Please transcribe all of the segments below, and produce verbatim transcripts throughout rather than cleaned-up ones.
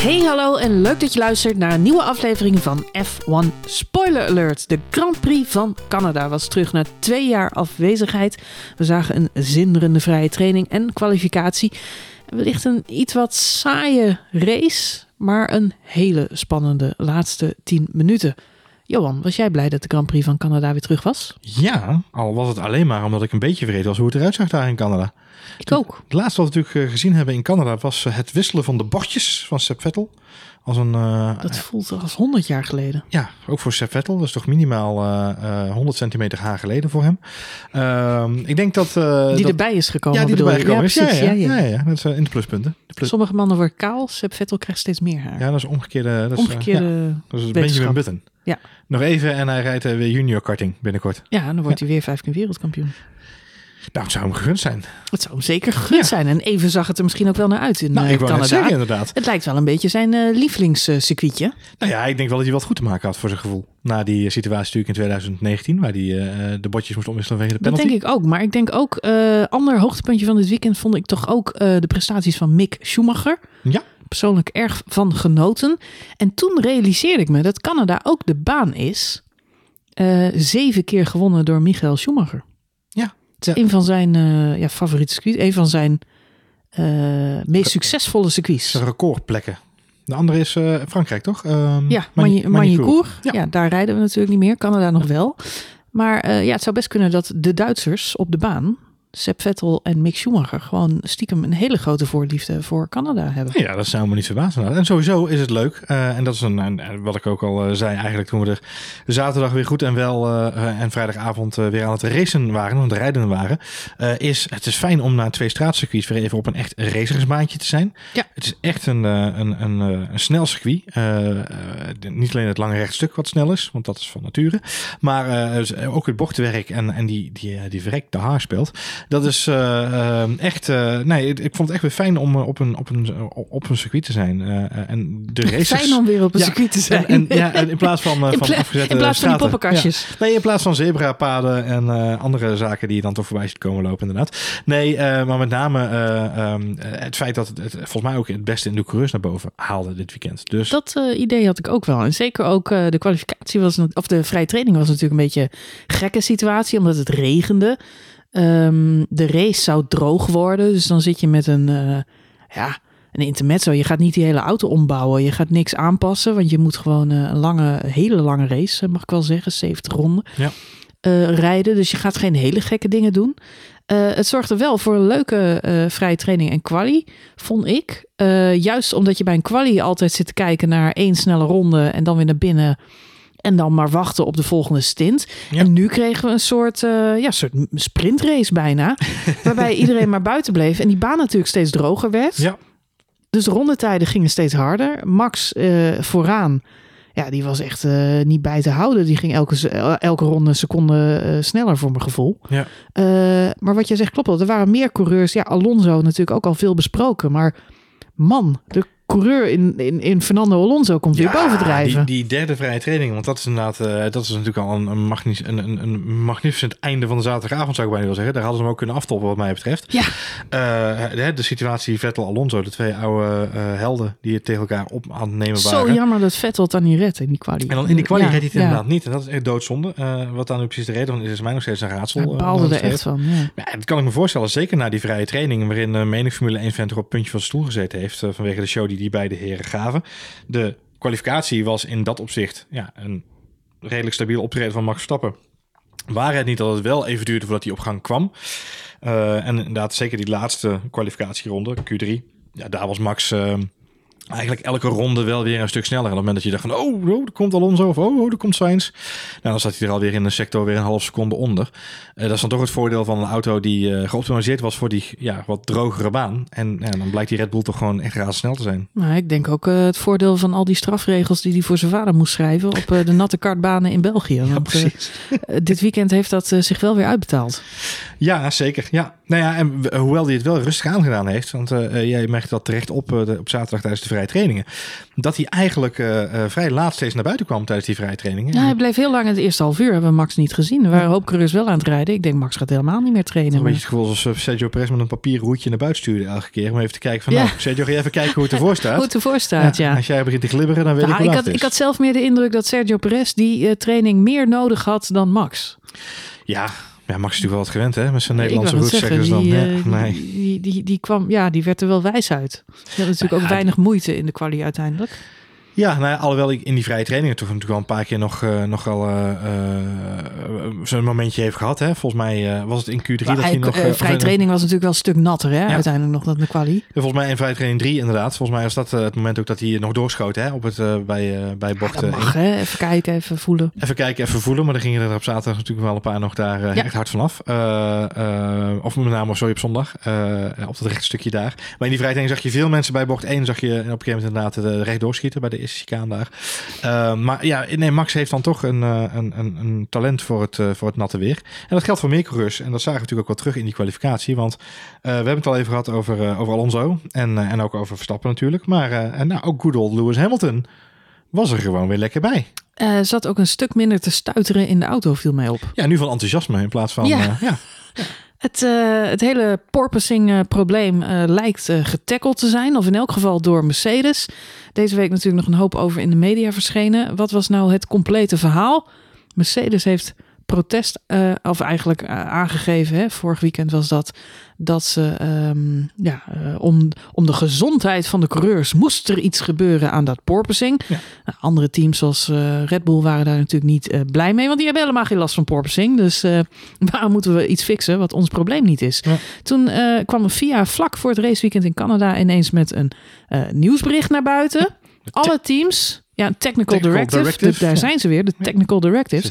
Hey, hallo en leuk dat je luistert naar een nieuwe aflevering van F één Spoiler Alert. De Grand Prix van Canada was terug na twee jaar afwezigheid. We zagen een zinderende vrije training en kwalificatie. Wellicht een iets wat saaie race, maar een hele spannende laatste tien minuten. Johan, was jij blij dat de Grand Prix van Canada weer terug was? Ja, al was het alleen maar omdat ik een beetje vergeten was hoe het eruit zag daar in Canada. Ik ook. Het laatste wat we natuurlijk gezien hebben in Canada was het wisselen van de bordjes van Seb Vettel. Als een, uh, dat voelt als honderd jaar geleden. Ja, ook voor Seb Vettel. Dat is toch minimaal uh, uh, honderd centimeter haar geleden voor hem. Uh, ik denk dat... Uh, die dat, erbij is gekomen. Ja, die erbij gekomen is. Ja, ja, ja, ja, ja. ja, ja, dat is uh, in de pluspunten. De plus... Sommige mannen worden kaal. Seb Vettel krijgt steeds meer haar. Ja, dat is omgekeerde... Dat is, omgekeerde uh, ja, dat is Benjamin Button. Ja. Nog even en hij rijdt uh, weer junior karting binnenkort. Ja, dan wordt ja. hij weer vijf keer wereldkampioen. Nou, het zou hem gegund zijn. Het zou hem zeker gegund ja. zijn. En even zag het er misschien ook wel naar uit in nou, uh, ik wou Canada. Net zeggen, inderdaad. Het lijkt wel een beetje zijn uh, lievelingscircuitje. Nou ja, ik denk wel dat hij wat goed te maken had voor zijn gevoel. Na die situatie natuurlijk in twintig negentien, waar hij uh, de botjes moest omwisselen vanwege de penalty. Dat denk ik ook. Maar ik denk ook, uh, ander hoogtepuntje van dit weekend vond ik toch ook uh, de prestaties van Mick Schumacher. Ja. Persoonlijk erg van genoten. En toen realiseerde ik me dat Canada ook de baan is. Uh, zeven keer gewonnen door Michael Schumacher. Ja. Het is ja. een van zijn uh, ja, favoriete circuits. Een van zijn uh, meest succesvolle circuits. Recordplekken. De andere is uh, Frankrijk, toch? Uh, ja, Magny-Cours. Ja. ja, daar rijden we natuurlijk niet meer. Canada nog wel. Maar uh, ja, het zou best kunnen dat de Duitsers op de baan, Seb Vettel en Mick Schumacher, gewoon stiekem een hele grote voorliefde voor Canada hebben. Ja, dat zou me niet verbazen. En sowieso is het leuk. Uh, en dat is een, een, wat ik ook al uh, zei eigenlijk toen we er zaterdag weer goed en wel uh, en vrijdagavond uh, weer aan het racen waren, aan het rijden waren, uh, is het is fijn om na twee straatcircuits weer even op een echt racersbaantje te zijn. Ja. Het is echt een, een, een, een snel circuit. Uh, uh, niet alleen het lange rechtstuk wat snel is, want dat is van nature, maar uh, ook het bochtenwerk en, en die, die, die verrekte haar speelt. Dat is uh, uh, echt... Uh, nee, ik, ik vond het echt weer fijn om uh, op, een, op, een, op een circuit te zijn. Uh, en de races... Fijn om weer op een ja, circuit te zijn. En, en, ja, in plaats van, uh, in van pla- afgezette In plaats straten. van die poppenkastjes. Ja. Nee, in plaats van zebrapaden en uh, andere zaken die je dan toch voorbij ziet komen lopen inderdaad. Nee, uh, maar met name uh, um, het feit dat het, het volgens mij ook het beste in de coureurs naar boven haalde dit weekend. Dus... Dat uh, idee had ik ook wel. En zeker ook uh, de kwalificatie was... Of de vrije training was natuurlijk een beetje een gekke situatie, omdat het regende. Um, de race zou droog worden, dus dan zit je met een, uh, ja, een intermezzo. Je gaat niet die hele auto ombouwen, je gaat niks aanpassen, want je moet gewoon uh, een lange, hele lange race, mag ik wel zeggen, zeventig ronden, ja. uh, rijden. Dus je gaat geen hele gekke dingen doen. Uh, het zorgde wel voor een leuke uh, vrije training en quali, vond ik. Uh, juist omdat je bij een quali altijd zit te kijken naar één snelle ronde en dan weer naar binnen. En dan maar wachten op de volgende stint. Ja. En nu kregen we een soort, uh, ja, soort sprintrace bijna. Waarbij iedereen maar buiten bleef. En die baan natuurlijk steeds droger werd. Ja. Dus de rondetijden gingen steeds harder. Max uh, vooraan. Ja, die was echt uh, niet bij te houden. Die ging elke, elke ronde een seconde uh, sneller voor mijn gevoel. Ja. Uh, maar wat jij zegt klopt. Er waren meer coureurs. Ja, Alonso natuurlijk ook al veel besproken. Maar man, de coureur in, in, in Fernando Alonso komt weer ja, bovendrijven. Die, die derde vrije training, want dat is inderdaad, uh, dat is natuurlijk al een, een, magnific, een, een, een magnificent einde van de zaterdagavond, zou ik bijna willen zeggen. Daar hadden ze hem ook kunnen aftoppen, wat mij betreft. Ja. Uh, de, de situatie Vettel-Alonso, de twee oude uh, helden die het tegen elkaar op aan het nemen waren. Zo jammer dat Vettel het dan niet redt in die quali. En dan in die quali ja, redt hij het ja. inderdaad niet. En dat is echt doodzonde. Uh, wat dan nu precies de reden van is, is mij nog steeds een raadsel. Hij baalde uh, er echt van. Ja. Ja, dat kan ik me voorstellen, zeker na die vrije training, waarin uh, menig Formule één vent er op het puntje van de stoel gezeten heeft, uh, vanwege de show die die beide heren gaven. De kwalificatie was in dat opzicht ja, een redelijk stabiel optreden van Max Verstappen. Waar het niet dat het wel even duurde voordat hij op gang kwam. Uh, en inderdaad, zeker die laatste kwalificatieronde, Q drie. Ja, daar was Max uh, eigenlijk elke ronde wel weer een stuk sneller. En op het moment dat je dacht van, oh, oh er komt Alonso of oh, oh er komt Sainz. Nou, dan zat hij er alweer in de sector weer een half seconde onder. Uh, dat is dan toch het voordeel van een auto die uh, geoptimaliseerd was voor die ja, wat drogere baan. En ja, dan blijkt die Red Bull toch gewoon echt razendsnel te zijn. Nou, ik denk ook uh, het voordeel van al die strafregels die hij voor zijn vader moest schrijven op uh, de natte kartbanen in België. Want, ja, precies. Uh, dit weekend heeft dat uh, zich wel weer uitbetaald. Ja, zeker. Ja. Nou ja, en w- hoewel hij het wel rustig aangedaan heeft, want uh, jij merkte dat terecht op, uh, de, op zaterdag tijdens de vrije trainingen, dat hij eigenlijk uh, uh, vrij laat steeds naar buiten kwam tijdens die vrije trainingen. Ja, hij bleef heel lang in het eerste half uur, hebben we Max niet gezien. Er waren een hoop coureurs wel aan het rijden. Ik denk, Max gaat helemaal niet meer trainen. Een maar... beetje het gevoel alsof Sergio Perez met een papieren roetje naar buiten stuurde elke keer, om even te kijken van, ja. nou, Sergio, ga je even kijken hoe het ervoor staat. Hoe het ervoor staat, ja. ja. Als jij begint te glibberen, dan weet nou, ik hoe ik laat had, het is. Ik had zelf meer de indruk dat Sergio Perez die uh, training meer nodig had dan Max. Ja, ja, Max is natuurlijk wel wat gewend, hè? Met zijn Nederlandse roots zeggen, zeggen ze dan. Die, ja, uh, nee. die, die, die, die, kwam, ja, die werd er wel wijs uit. Die had natuurlijk ook ja, weinig moeite in de kwalie uiteindelijk. Ja, nou ja, alhoewel ik in die vrije trainingen toch natuurlijk wel een paar keer nog, uh, nog wel uh, uh, zo'n momentje heeft gehad. Hè? Volgens mij uh, was het in Q drie maar dat hij nog... Uh, vrije training was natuurlijk wel een stuk natter, hè? Ja. Uiteindelijk nog dan de kwalie. Volgens mij in vrije training drie inderdaad. Volgens mij was dat uh, het moment ook dat hij nog doorschoot, hè? Op het, uh, bij, uh, bij bocht. Ja, dat mag, hè? Even kijken, even voelen. Even kijken, even voelen. Maar dan gingen er op zaterdag natuurlijk wel een paar nog daar uh, ja. echt hard vanaf. Uh, uh, of met name, sorry, op zondag. Uh, op dat rechte stukje daar. Maar in die vrije training zag je veel mensen bij bocht één. Zag je op een gegeven moment inderdaad de recht doorschieten bij de eerste chicane daar. Uh, maar ja, nee, Max heeft dan toch een, uh, een, een, een talent voor het, uh, voor het natte weer. En dat geldt voor meer coureurs. En dat zagen we natuurlijk ook wel terug in die kwalificatie. Want uh, we hebben het al even gehad over, uh, over Alonso. En, uh, en ook over Verstappen natuurlijk. Maar uh, en nou, ook good old Lewis Hamilton was er gewoon weer lekker bij. Uh, zat ook een stuk minder te stuiteren in de auto, viel mij op. Ja, nu van enthousiasme in plaats van... Ja. Uh, ja. Het, uh, het hele porpoising-probleem uh, lijkt uh, getackeld te zijn. Of in elk geval door Mercedes. Deze week natuurlijk nog een hoop over in de media verschenen. Wat was nou het complete verhaal? Mercedes heeft protest, uh, of eigenlijk uh, aangegeven, hè, vorig weekend was dat, dat ze um, ja, uh, om, om de gezondheid van de coureurs moest er iets gebeuren aan dat porpoising. Ja. Nou, andere teams zoals uh, Red Bull waren daar natuurlijk niet uh, blij mee, want die hebben helemaal geen last van porpoising. Dus uh, waarom moeten we iets fixen wat ons probleem niet is? Ja. Toen uh, kwam F I A vlak voor het raceweekend in Canada ineens met een uh, nieuwsbericht naar buiten. Ja. Alle teams, ja, een technical, technical directive, directive de, daar ja. zijn ze weer, de technical directives.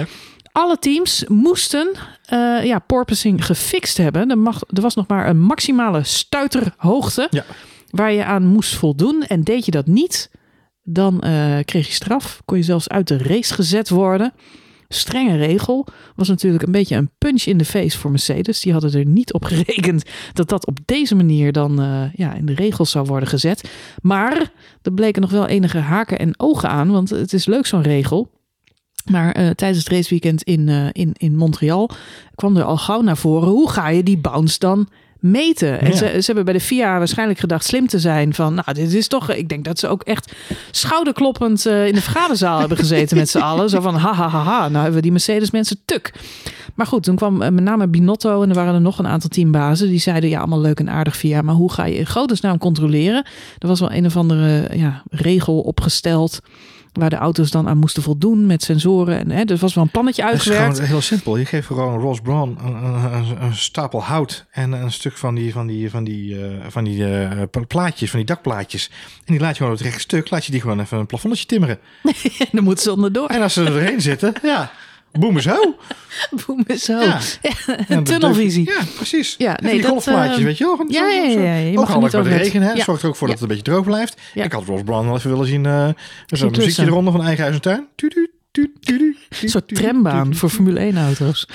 Alle teams moesten uh, ja, porpoising gefixt hebben. Er, mag, er was nog maar een maximale stuiterhoogte ja. waar je aan moest voldoen. En deed je dat niet, dan uh, kreeg je straf. Kon je zelfs uit de race gezet worden. Strenge regel. Was natuurlijk een beetje een punch in de face voor Mercedes. Die hadden er niet op gerekend dat dat op deze manier dan uh, ja, in de regels zou worden gezet. Maar er bleken nog wel enige haken en ogen aan. Want het is leuk zo'n regel. Maar uh, tijdens het raceweekend in, uh, in, in Montreal kwam er al gauw naar voren. Hoe ga je die bounce dan meten? Ja. En ze, ze hebben bij de F I A waarschijnlijk gedacht slim te zijn. Van nou, dit is toch... Ik denk dat ze ook echt schouderkloppend uh, in de vergaderzaal hebben gezeten met z'n allen. Zo van ha, ha, ha, ha. Nou hebben we die Mercedes mensen tuk. Maar goed, toen kwam uh, met name Binotto en er waren er nog een aantal teambazen. Die zeiden ja, allemaal leuk en aardig F I A. Maar hoe ga je in godesnaam controleren? Er was wel een of andere ja, regel opgesteld waar de auto's dan aan moesten voldoen met sensoren. En, hè, er was wel een plannetje uitgewerkt. Het is gewoon heel simpel. Je geeft gewoon Ross Brawn een, een, een stapel hout en een stuk van die, van die, van die, uh, van die uh, plaatjes, van die dakplaatjes. En die laat je gewoon op het rechte stuk, laat je die gewoon even een plafondetje timmeren. Dan moeten ze onderdoor. En als ze er doorheen zitten, ja, boem is ho. Boem is ho. Ja. Ja, een tunnelvisie. Ja, precies. Ja, nee, die dat, golfplaatjes, uh, weet je wel. Ja, ja, ja. ja. Je ook handig bij de regen, hè. Ja. Zorgt er ook voor ja. dat het een beetje droog blijft. Ja. Ik had Ross Brawn wel even willen zien. Uh, Zo'n klussen. muziekje eronder van Eigen Huis en Tuin. Tu, tu, tu, tu, tu, een soort trambaan voor Formule één auto's.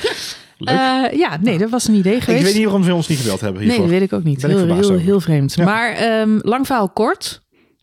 Ja. Uh, ja, nee, dat was een idee geweest. Ik weet niet waarom ze ons niet gebeld hebben hiervoor. Nee, dat weet ik ook niet. Heel, heel, heel, heel vreemd. Ja. Maar um, lang verhaal kort.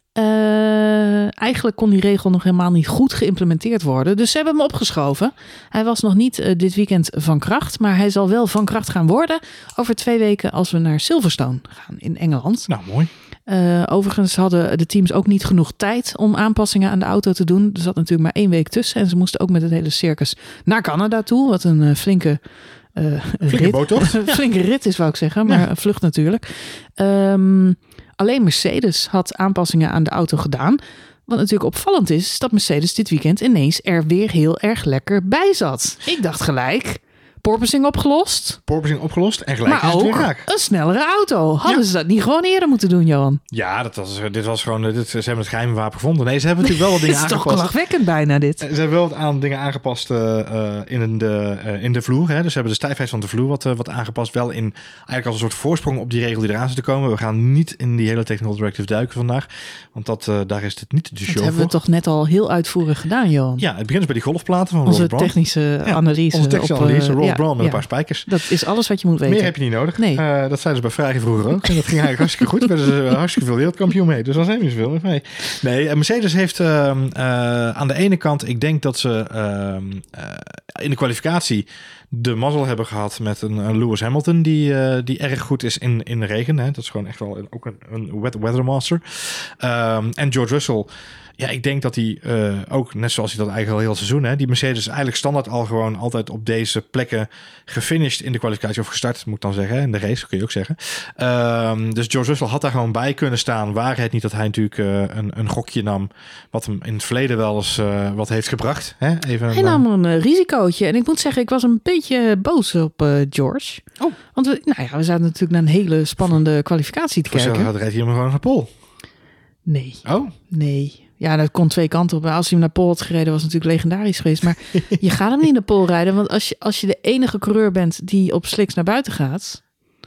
Uh, eigenlijk kon die regel nog helemaal niet goed geïmplementeerd worden. Dus ze hebben hem opgeschoven. Hij was nog niet uh, dit weekend van kracht. Maar hij zal wel van kracht gaan worden over twee weken als we naar Silverstone gaan in Engeland. Nou, mooi. Uh, overigens hadden de teams ook niet genoeg tijd om aanpassingen aan de auto te doen. Er zat natuurlijk maar één week tussen. En ze moesten ook met het hele circus naar Canada toe. Wat een uh, flinke... Uh, flinke rit. boottocht. Flinke rit is, wou ik zeggen. Maar ja. Een vlucht natuurlijk. Um, Alleen Mercedes had aanpassingen aan de auto gedaan. Wat natuurlijk opvallend is, is dat Mercedes dit weekend ineens er weer heel erg lekker bij zat. Ik dacht gelijk, porpoising opgelost. Porpoising opgelost en gelijk maar is het ook weer raak. Een snellere auto. Hadden ja. ze dat niet gewoon eerder moeten doen, Johan? Ja, dat was, dit was gewoon, dit, ze hebben het geheime wapen gevonden. Nee, ze hebben natuurlijk wel wat dingen aangepast. Het is toch lachwekkend bijna dit. Ze hebben wel wat aan dingen aangepast uh, in, de, uh, in de vloer. Hè. Dus ze hebben de stijfheid van de vloer wat, uh, wat aangepast. Wel in eigenlijk als een soort voorsprong op die regel die eraan zit te komen. We gaan niet in die hele technical directive duiken vandaag. Want dat, uh, daar is het niet de show Dat hebben voor. we toch net al heel uitvoerig gedaan, Johan? Ja, het begint dus bij die golfplaten van Onze Ross Brawn. technische ja, analyse. Onze technische op, analyse. Uh, Ross ja. LeBron met ja. een paar spijkers. Dat is alles wat je moet weten. Meer heb je niet nodig. Nee. Uh, dat zeiden ze bij Ferrari vroeger ook. En dat ging eigenlijk hartstikke goed. Daar werden ze hartstikke veel wereldkampioen mee. Dus dat is helemaal niet zoveel mee. Nee, Mercedes heeft uh, uh, aan de ene kant... Ik denk dat ze uh, uh, in de kwalificatie... de mazzel hebben gehad met een, een Lewis Hamilton... Die, uh, die erg goed is in, in de regen. Hè. Dat is gewoon echt wel ook een, een wet weather master. Um, en George Russell... Ja, ik denk dat hij uh, ook, net zoals hij dat eigenlijk al heel het seizoen... Hè, die Mercedes eigenlijk standaard al gewoon altijd op deze plekken gefinished in de kwalificatie... of gestart, moet ik dan zeggen, in de race, kun je ook zeggen. Um, dus George Russell had daar gewoon bij kunnen staan... waar het niet dat hij natuurlijk uh, een, een gokje nam... wat hem in het verleden wel eens uh, wat heeft gebracht. Hè? Even, hij nam een uh, risicootje. En ik moet zeggen, ik was een beetje boos op uh, George. Oh. Want we, nou ja, we zaten natuurlijk naar een hele spannende kwalificatie te kijken. Voor rijdt hij hem gewoon naar Pole. Nee. Oh? Nee. Ja, dat kon twee kanten op. Als hij hem naar Pole had gereden, was het natuurlijk legendarisch geweest. Maar je gaat hem niet naar Pole rijden. Want als je, als je de enige coureur bent die op slicks naar buiten gaat...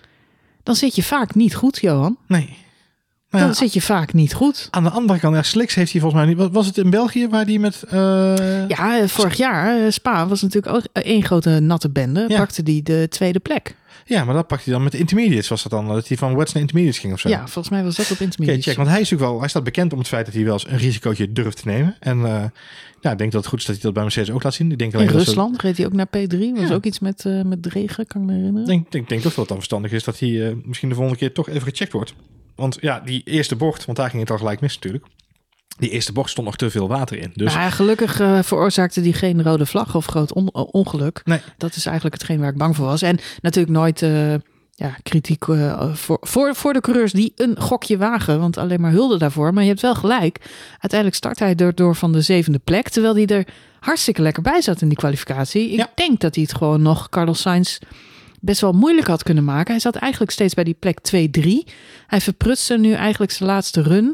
dan zit je vaak niet goed, Johan. Nee. Nou, dan ja, zit je vaak niet goed. Aan de andere kant, ja, slicks heeft hij volgens mij niet... Was het in België waar hij met... Uh... Ja, vorig jaar, Spa was natuurlijk ook één grote natte bende. Ja. Pakte hij de tweede plek. Ja, maar dat pakte hij dan met de intermediates. Was dat dan dat hij van wets naar intermediates ging of zo? Ja, volgens mij was dat op intermediates. Okay, check, want hij is natuurlijk wel... Hij staat bekend om het feit dat hij wel eens een risicootje durft te nemen. En uh, ja, ik denk dat het goed is dat hij dat bij Mercedes ook laat zien. Ik denk in Rusland ze... reed hij ook naar P drie. Was ja. ook iets met, uh, met regen, kan ik me herinneren. Ik denk, denk, denk toch dat het dan verstandig is dat hij uh, misschien de volgende keer toch even gecheckt wordt. Want ja, die eerste bocht, want daar ging het al gelijk mis natuurlijk. Die eerste bocht stond nog te veel water in. Dus... Nou, gelukkig uh, veroorzaakte die geen rode vlag of groot on- ongeluk. Nee. Dat is eigenlijk hetgeen waar ik bang voor was. En natuurlijk nooit uh, ja, kritiek uh, voor, voor, voor de coureurs die een gokje wagen. Want alleen maar hulde daarvoor. Maar je hebt wel gelijk. Uiteindelijk start hij door, door van de zevende plek. Terwijl hij er hartstikke lekker bij zat in die kwalificatie. Ik ja. denk dat hij het gewoon nog, Carlos Sainz... best wel moeilijk had kunnen maken. Hij zat eigenlijk steeds bij die plek twee drie. Hij verprutste nu eigenlijk zijn laatste run.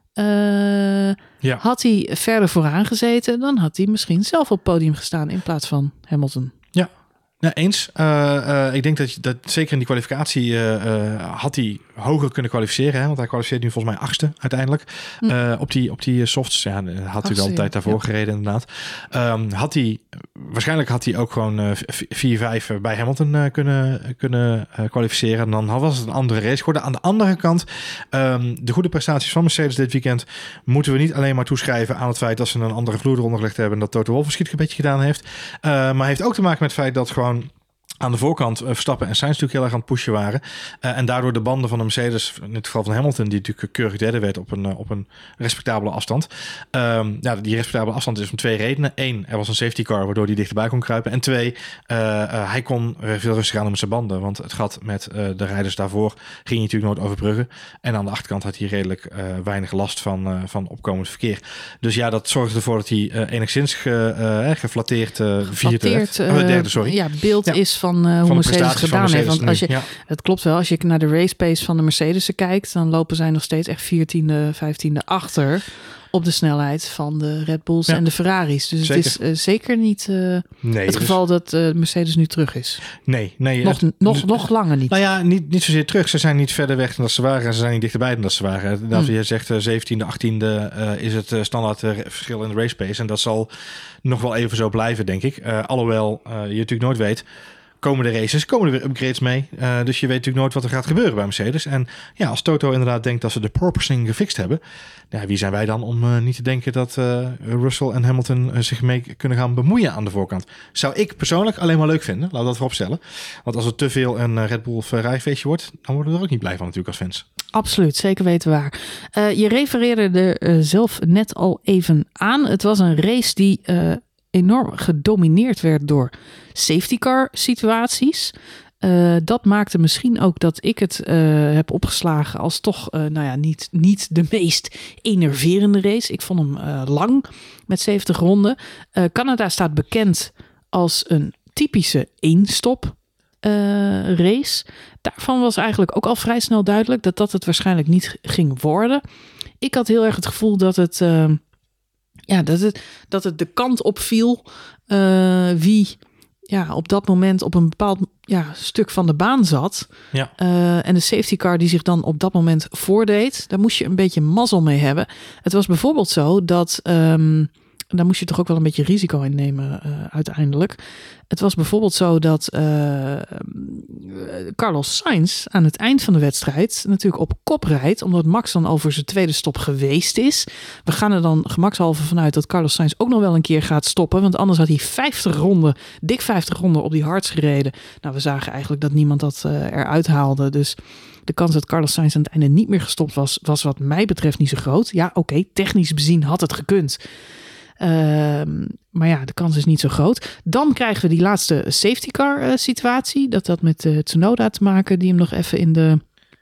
Uh, ja. Had hij verder vooraan gezeten, dan had hij misschien zelf op het podium gestaan in plaats van Hamilton. Ja, ja eens. Uh, uh, ik denk dat, je, dat zeker in die kwalificatie uh, uh, had hij hoger kunnen kwalificeren. Hè? Want hij kwalificeert nu volgens mij achtste uiteindelijk. Hm. Uh, op, die, op die softs. Ja, had hij wel een tijd daarvoor ja. gereden inderdaad. Um, had hij, waarschijnlijk had hij ook gewoon uh, vier vijf bij Hamilton uh, kunnen, kunnen uh, kwalificeren. En dan was het een andere race geworden. Aan de andere kant, um, de goede prestaties van Mercedes dit weekend moeten we niet alleen maar toeschrijven aan het feit dat ze een andere vloer eronder gelegd hebben en dat Toto Wolff een beetje gedaan heeft. Uh, maar heeft ook te maken met het feit dat gewoon aan de voorkant uh, Verstappen en Sainz natuurlijk heel erg aan het pushen waren. Uh, en daardoor de banden van de Mercedes, in het geval van Hamilton, die natuurlijk keurig derde werd op een, uh, op een respectabele afstand. Um, ja, die respectabele afstand is om twee redenen. Eén, er was een safety car waardoor hij dichterbij kon kruipen. En twee, uh, uh, hij kon uh, veel rustiger aan met zijn banden. Want het gat met uh, de rijders daarvoor ging je natuurlijk nooit overbruggen. En aan de achterkant had hij redelijk uh, weinig last van, uh, van opkomend verkeer. Dus ja, dat zorgde ervoor dat hij uh, enigszins ge, uh, geflatteerd uh, vierde werd. Uh, uh, derde, sorry. Ja, beeld ja. is van uh, hoe van Mercedes gedaan Mercedes heeft. Want nu, als je, ja. het klopt wel, als je naar de race pace van de Mercedes kijkt, dan lopen zij nog steeds echt veertiende, vijftiende achter op de snelheid van de Red Bulls ja. en de Ferraris. Dus zeker. Het is uh, zeker niet uh, nee, het dus... geval dat uh, Mercedes nu terug is. Nee, nee. Nog, het, nog, nog langer niet. Nou ja, niet, niet zozeer terug. Ze zijn niet verder weg dan dat ze waren en ze zijn niet dichterbij dan dat ze waren. Dat hmm. je zegt uh, zeventiende, achttiende uh, is het uh, standaard uh, verschil in de race pace. En dat zal nog wel even zo blijven, denk ik. Uh, alhoewel uh, je natuurlijk nooit weet, komen de races, komen er weer upgrades mee. Uh, dus je weet natuurlijk nooit wat er gaat gebeuren bij Mercedes. En ja, als Toto inderdaad denkt dat ze de porpoising gefixt hebben, ja, wie zijn wij dan om uh, niet te denken dat uh, Russell en Hamilton uh, zich mee kunnen gaan bemoeien aan de voorkant? Zou ik persoonlijk alleen maar leuk vinden. Laten we dat vooropstellen. Want als het te veel een uh, Red Bull Ferrari feestje wordt, dan worden we er ook niet blij van natuurlijk als fans. Absoluut, zeker weten waar. Uh, je refereerde er uh, zelf net al even aan. Het was een race die uh, enorm gedomineerd werd door safety car situaties. Uh, dat maakte misschien ook dat ik het uh, heb opgeslagen als toch uh, nou ja, niet, niet de meest enerverende race. Ik vond hem uh, lang met zeventig ronden. Uh, Canada staat bekend als een typische één-stop uh, race. Daarvan was eigenlijk ook al vrij snel duidelijk dat dat het waarschijnlijk niet ging worden. Ik had heel erg het gevoel dat het, uh, ja, dat het, dat het de kant op viel uh, wie ja, op dat moment op een bepaald ja, stuk van de baan zat. Ja. Uh, en de safety car die zich dan op dat moment voordeed, daar moest je een beetje mazzel mee hebben. Het was bijvoorbeeld zo dat um, daar moest je toch ook wel een beetje risico in nemen uh, uiteindelijk. Het was bijvoorbeeld zo dat uh, Carlos Sainz aan het eind van de wedstrijd natuurlijk op kop rijdt, omdat Max dan over zijn tweede stop geweest is. We gaan er dan gemakshalve vanuit dat Carlos Sainz ook nog wel een keer gaat stoppen, want anders had hij vijftig ronden, dik vijftig ronden op die hards gereden. Nou, we zagen eigenlijk dat niemand dat uh, eruit haalde, dus de kans dat Carlos Sainz aan het einde niet meer gestopt was, was wat mij betreft niet zo groot. Ja, oké, okay, technisch bezien had het gekund. Uh, maar ja, de kans is niet zo groot. Dan krijgen we die laatste safety car uh, situatie. Dat had met uh, Tsunoda te maken, die hem nog even in de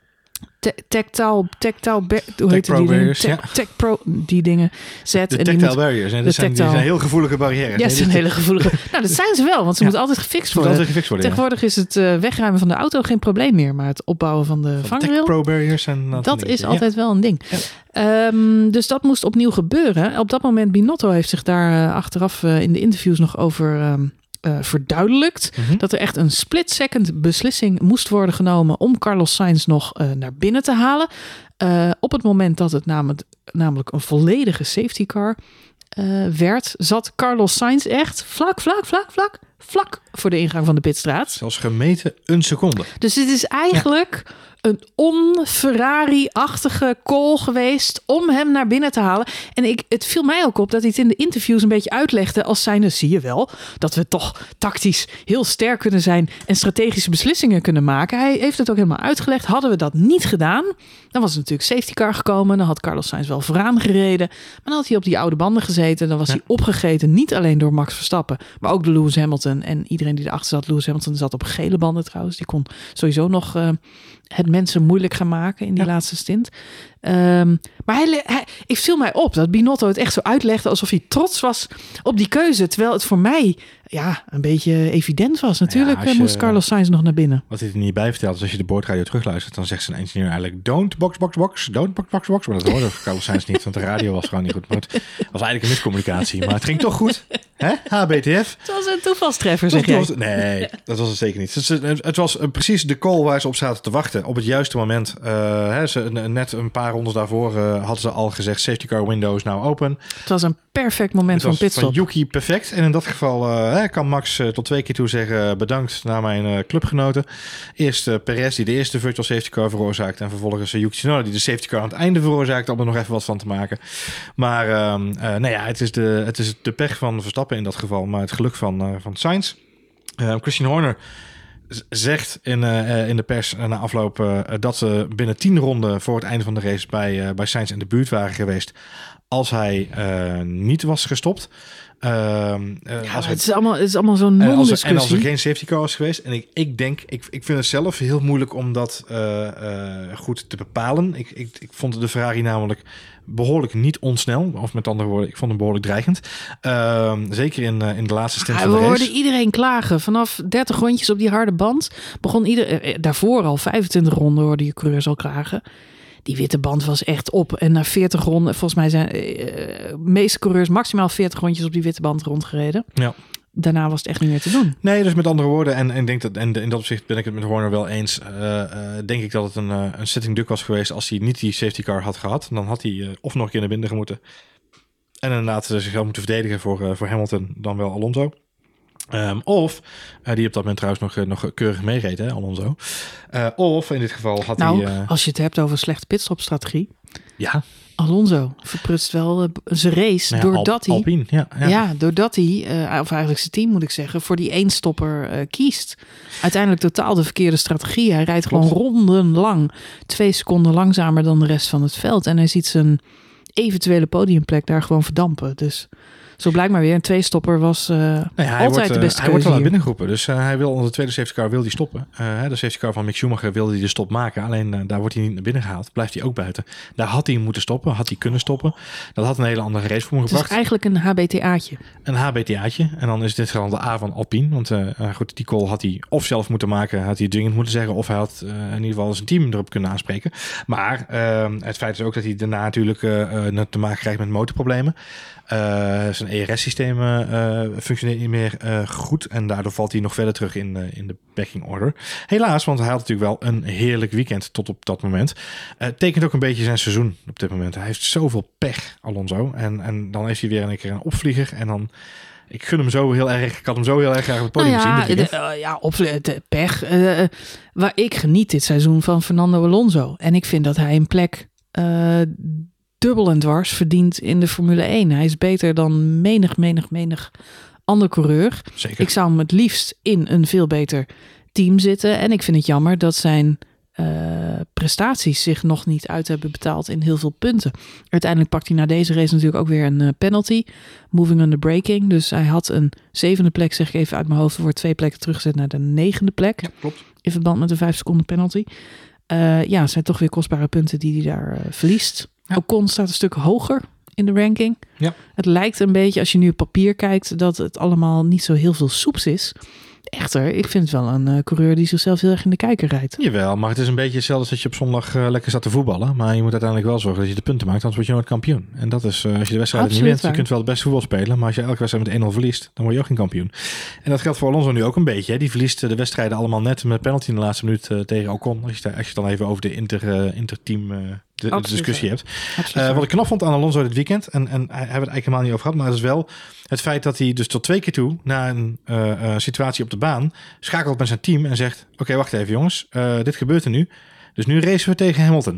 tactile, tactile, hoe heet die dingen? Tech, ja. tech pro, die dingen zet. De en tactile moet, barriers. En dat zijn, die zijn heel gevoelige barrières. Ja, dat zijn hele gevoelige. Nou, dat zijn ze wel, want ze ja. moeten altijd gefixt worden. Altijd gefixt worden Tegenwoordig ja. is het uh, wegruimen van de auto geen probleem meer, maar het opbouwen van de van vangrail. Pro barriers en dat, dat is ja. altijd wel een ding. Ja. Um, dus dat moest opnieuw gebeuren. Op dat moment Binotto heeft zich daar uh, achteraf uh, in de interviews nog over um, uh, verduidelijkt. Mm-hmm. Dat er echt een split-second beslissing moest worden genomen om Carlos Sainz nog uh, naar binnen te halen. Uh, op het moment dat het namelijk, namelijk een volledige safety car uh, werd, zat Carlos Sainz echt vlak, vlak, vlak, vlak, vlak voor de ingang van de pitstraat. Zelfs gemeten een seconde. Dus dit is eigenlijk ja. een on-Ferrari-achtige call geweest om hem naar binnen te halen. En ik, het viel mij ook op dat hij het in de interviews een beetje uitlegde als zijnde, zie je wel, dat we toch tactisch heel sterk kunnen zijn en strategische beslissingen kunnen maken. Hij heeft het ook helemaal uitgelegd. Hadden we dat niet gedaan, dan was er natuurlijk safety car gekomen. Dan had Carlos Sainz wel vooraan gereden. Maar dan had hij op die oude banden gezeten. Dan was ja. hij opgegeten, niet alleen door Max Verstappen, maar ook door Lewis Hamilton. En iedereen die erachter zat, Lewis Hamilton zat op gele banden trouwens. Die kon sowieso nog uh, het mensen moeilijk gaan maken in die ja. laatste stint. Um, maar hij, hij, ik viel mij op dat Binotto het echt zo uitlegde alsof hij trots was op die keuze. Terwijl het voor mij ja, een beetje evident was. Natuurlijk ja, je, moest Carlos Sainz nog naar binnen. Wat hij er niet bij vertelt is als je de boordradio terugluistert, dan zegt zijn engineer eigenlijk don't box, box, box, don't box, box, box. Maar dat hoorde Carlos Sainz niet, want de radio was gewoon niet goed. Maar het was eigenlijk een miscommunicatie, maar het ging toch goed. Hè? H B T F. Het was een toevalstreffer, zeg jij. Nee, dat was het zeker niet. Het, het was precies de call waar ze op zaten te wachten. Op het juiste moment. Uh, hè, ze, net een paar rondes daarvoor uh, hadden ze al gezegd safety car window is now open. Het was een perfect moment van pitstop. Van Yuki perfect. En in dat geval uh, hè, kan Max uh, tot twee keer toe zeggen bedankt naar mijn uh, clubgenoten. Eerst uh, Perez die de eerste virtual safety car veroorzaakte. En vervolgens uh, Yuki Tsunoda die de safety car aan het einde veroorzaakte. Om er nog even wat van te maken. Maar um, uh, nou ja, het is, de, het is de pech van Verstappen in dat geval. Maar het geluk van, uh, van Sainz. Uh, Christian Horner zegt in, uh, in de pers uh, na afloop uh, dat ze binnen tien ronden voor het einde van de race bij, uh, bij Sainz in de buurt waren geweest als hij uh, niet was gestopt. Uh, uh, ja, als het, is allemaal, het is allemaal zo'n non-discussie. En als er geen safety car was geweest. En ik, ik denk, ik, ik vind het zelf heel moeilijk om dat uh, uh, goed te bepalen. Ik, ik, ik vond de Ferrari namelijk behoorlijk niet onsnel. Of met andere woorden, ik vond hem behoorlijk dreigend. Uh, zeker in, uh, in de laatste stint ah, van de race. We hoorden iedereen klagen. Vanaf dertig rondjes op die harde band begon iedereen... Daarvoor al vijfentwintig ronden hoorde je coureurs al klagen. Die witte band was echt op. En na veertig ronden, volgens mij zijn de uh, meeste coureurs maximaal veertig rondjes op die witte band rondgereden. Ja. Daarna was het echt niet meer te doen. Nee, dus met andere woorden, en, en, denk dat, en in dat opzicht ben ik het met Horner wel eens. Uh, uh, denk ik dat het een, uh, een sitting duck was geweest als hij niet die safety car had gehad. Dan had hij uh, of nog een keer naar binnen moeten. En inderdaad uh, zichzelf moeten verdedigen voor, uh, voor Hamilton, dan wel Alonso. Um, of, uh, die op dat moment trouwens nog, uh, nog keurig meereed, hè, Alonso. Uh, of in dit geval had nou, hij... Nou, uh, als je het hebt over slechte pitstopstrategie. Ja. Alonso verprutst wel uh, zijn race nou ja, doordat Al, hij... Alpine, ja, ja. ja, doordat hij, uh, of eigenlijk zijn team moet ik zeggen, voor die eenstopper uh, kiest. Uiteindelijk totaal de verkeerde strategie. Hij rijdt Klopt. gewoon rondenlang, twee seconden langzamer dan de rest van het veld. En hij ziet zijn eventuele podiumplek daar gewoon verdampen. Dus... Zo blijkt maar weer, een tweestopper was uh, nou ja, altijd wordt, de beste uh, keuze Hij wordt al naar hier. binnen geroepen. Dus uh, hij wil onder de tweede safety car wil die stoppen. Uh, de safety car van Mick Schumacher wilde hij de stop maken. Alleen uh, daar wordt hij niet naar binnen gehaald. Blijft hij ook buiten. Daar had hij moeten stoppen. Had hij kunnen stoppen. Dat had een hele andere race voor hem gebracht. Het is eigenlijk een H B T A'tje. Een H B T A'tje. En dan is dit gewoon de A van Alpine. Want uh, goed, die call had hij of zelf moeten maken. Had hij dwingend moeten zeggen. Of hij had uh, in ieder geval zijn team erop kunnen aanspreken. Maar uh, het feit is ook dat hij daarna natuurlijk uh, uh, te maken krijgt met motorproblemen. Uh, zijn zijn E R S-systeem uh, functioneert niet meer uh, goed. En daardoor valt hij nog verder terug in, uh, in de pecking order. Helaas, want hij had natuurlijk wel een heerlijk weekend tot op dat moment. Uh, tekent ook een beetje zijn seizoen op dit moment. Hij heeft zoveel pech, Alonso. En, en dan heeft hij weer een keer een opvlieger. En dan... Ik gun hem zo heel erg. Ik had hem zo heel erg graag op het podium nou ja, zien. De, uh, ja, op de pech. Uh, waar ik geniet dit seizoen van Fernando Alonso. En ik vind dat hij een plek uh, dubbel en dwars verdient in de Formule één. Hij is beter dan menig, menig, menig ander coureur. Zeker. Ik zou hem het liefst in een veel beter team zitten. En ik vind het jammer dat zijn uh, prestaties zich nog niet uit hebben betaald in heel veel punten. Uiteindelijk pakt hij na deze race natuurlijk ook weer een uh, penalty. Moving under braking. Dus hij had een zevende plek, zeg ik even uit mijn hoofd, wordt twee plekken teruggezet naar de negende plek. Ja, klopt. In verband met de vijf seconden penalty. Uh, ja, het zijn toch weer kostbare punten die hij daar uh, verliest. Ja. Ocon staat een stuk hoger in de ranking. Ja. Het lijkt een beetje, als je nu op papier kijkt, dat het allemaal niet zo heel veel soeps is. Echter, ik vind het wel een uh, coureur die zichzelf heel erg in de kijker rijdt. Jawel, maar het is een beetje hetzelfde als dat je op zondag uh, lekker staat te voetballen. Maar je moet uiteindelijk wel zorgen dat je de punten maakt, anders word je nooit kampioen. En dat is, uh, als je de wedstrijd niet wint, je kunt wel het beste voetbal spelen. Maar als je elke wedstrijd met één nul verliest, dan word je ook geen kampioen. En dat geldt voor Alonso nu ook een beetje. Hè. Die verliest de wedstrijden allemaal net met penalty in de laatste minuut uh, tegen Ocon. Als je, als je het dan even over de inter, uh, interteam uh, de, de discussie hebt. Uh, wat ik knap vond aan Alonso dit weekend, en, en hij hebben het eigenlijk helemaal niet over gehad, maar het is wel het feit dat hij dus tot twee keer toe, na een uh, uh, situatie op de baan, schakelt met zijn team en zegt, oké, okay, wacht even jongens, uh, dit gebeurt er nu. Dus nu racen we tegen Hamilton.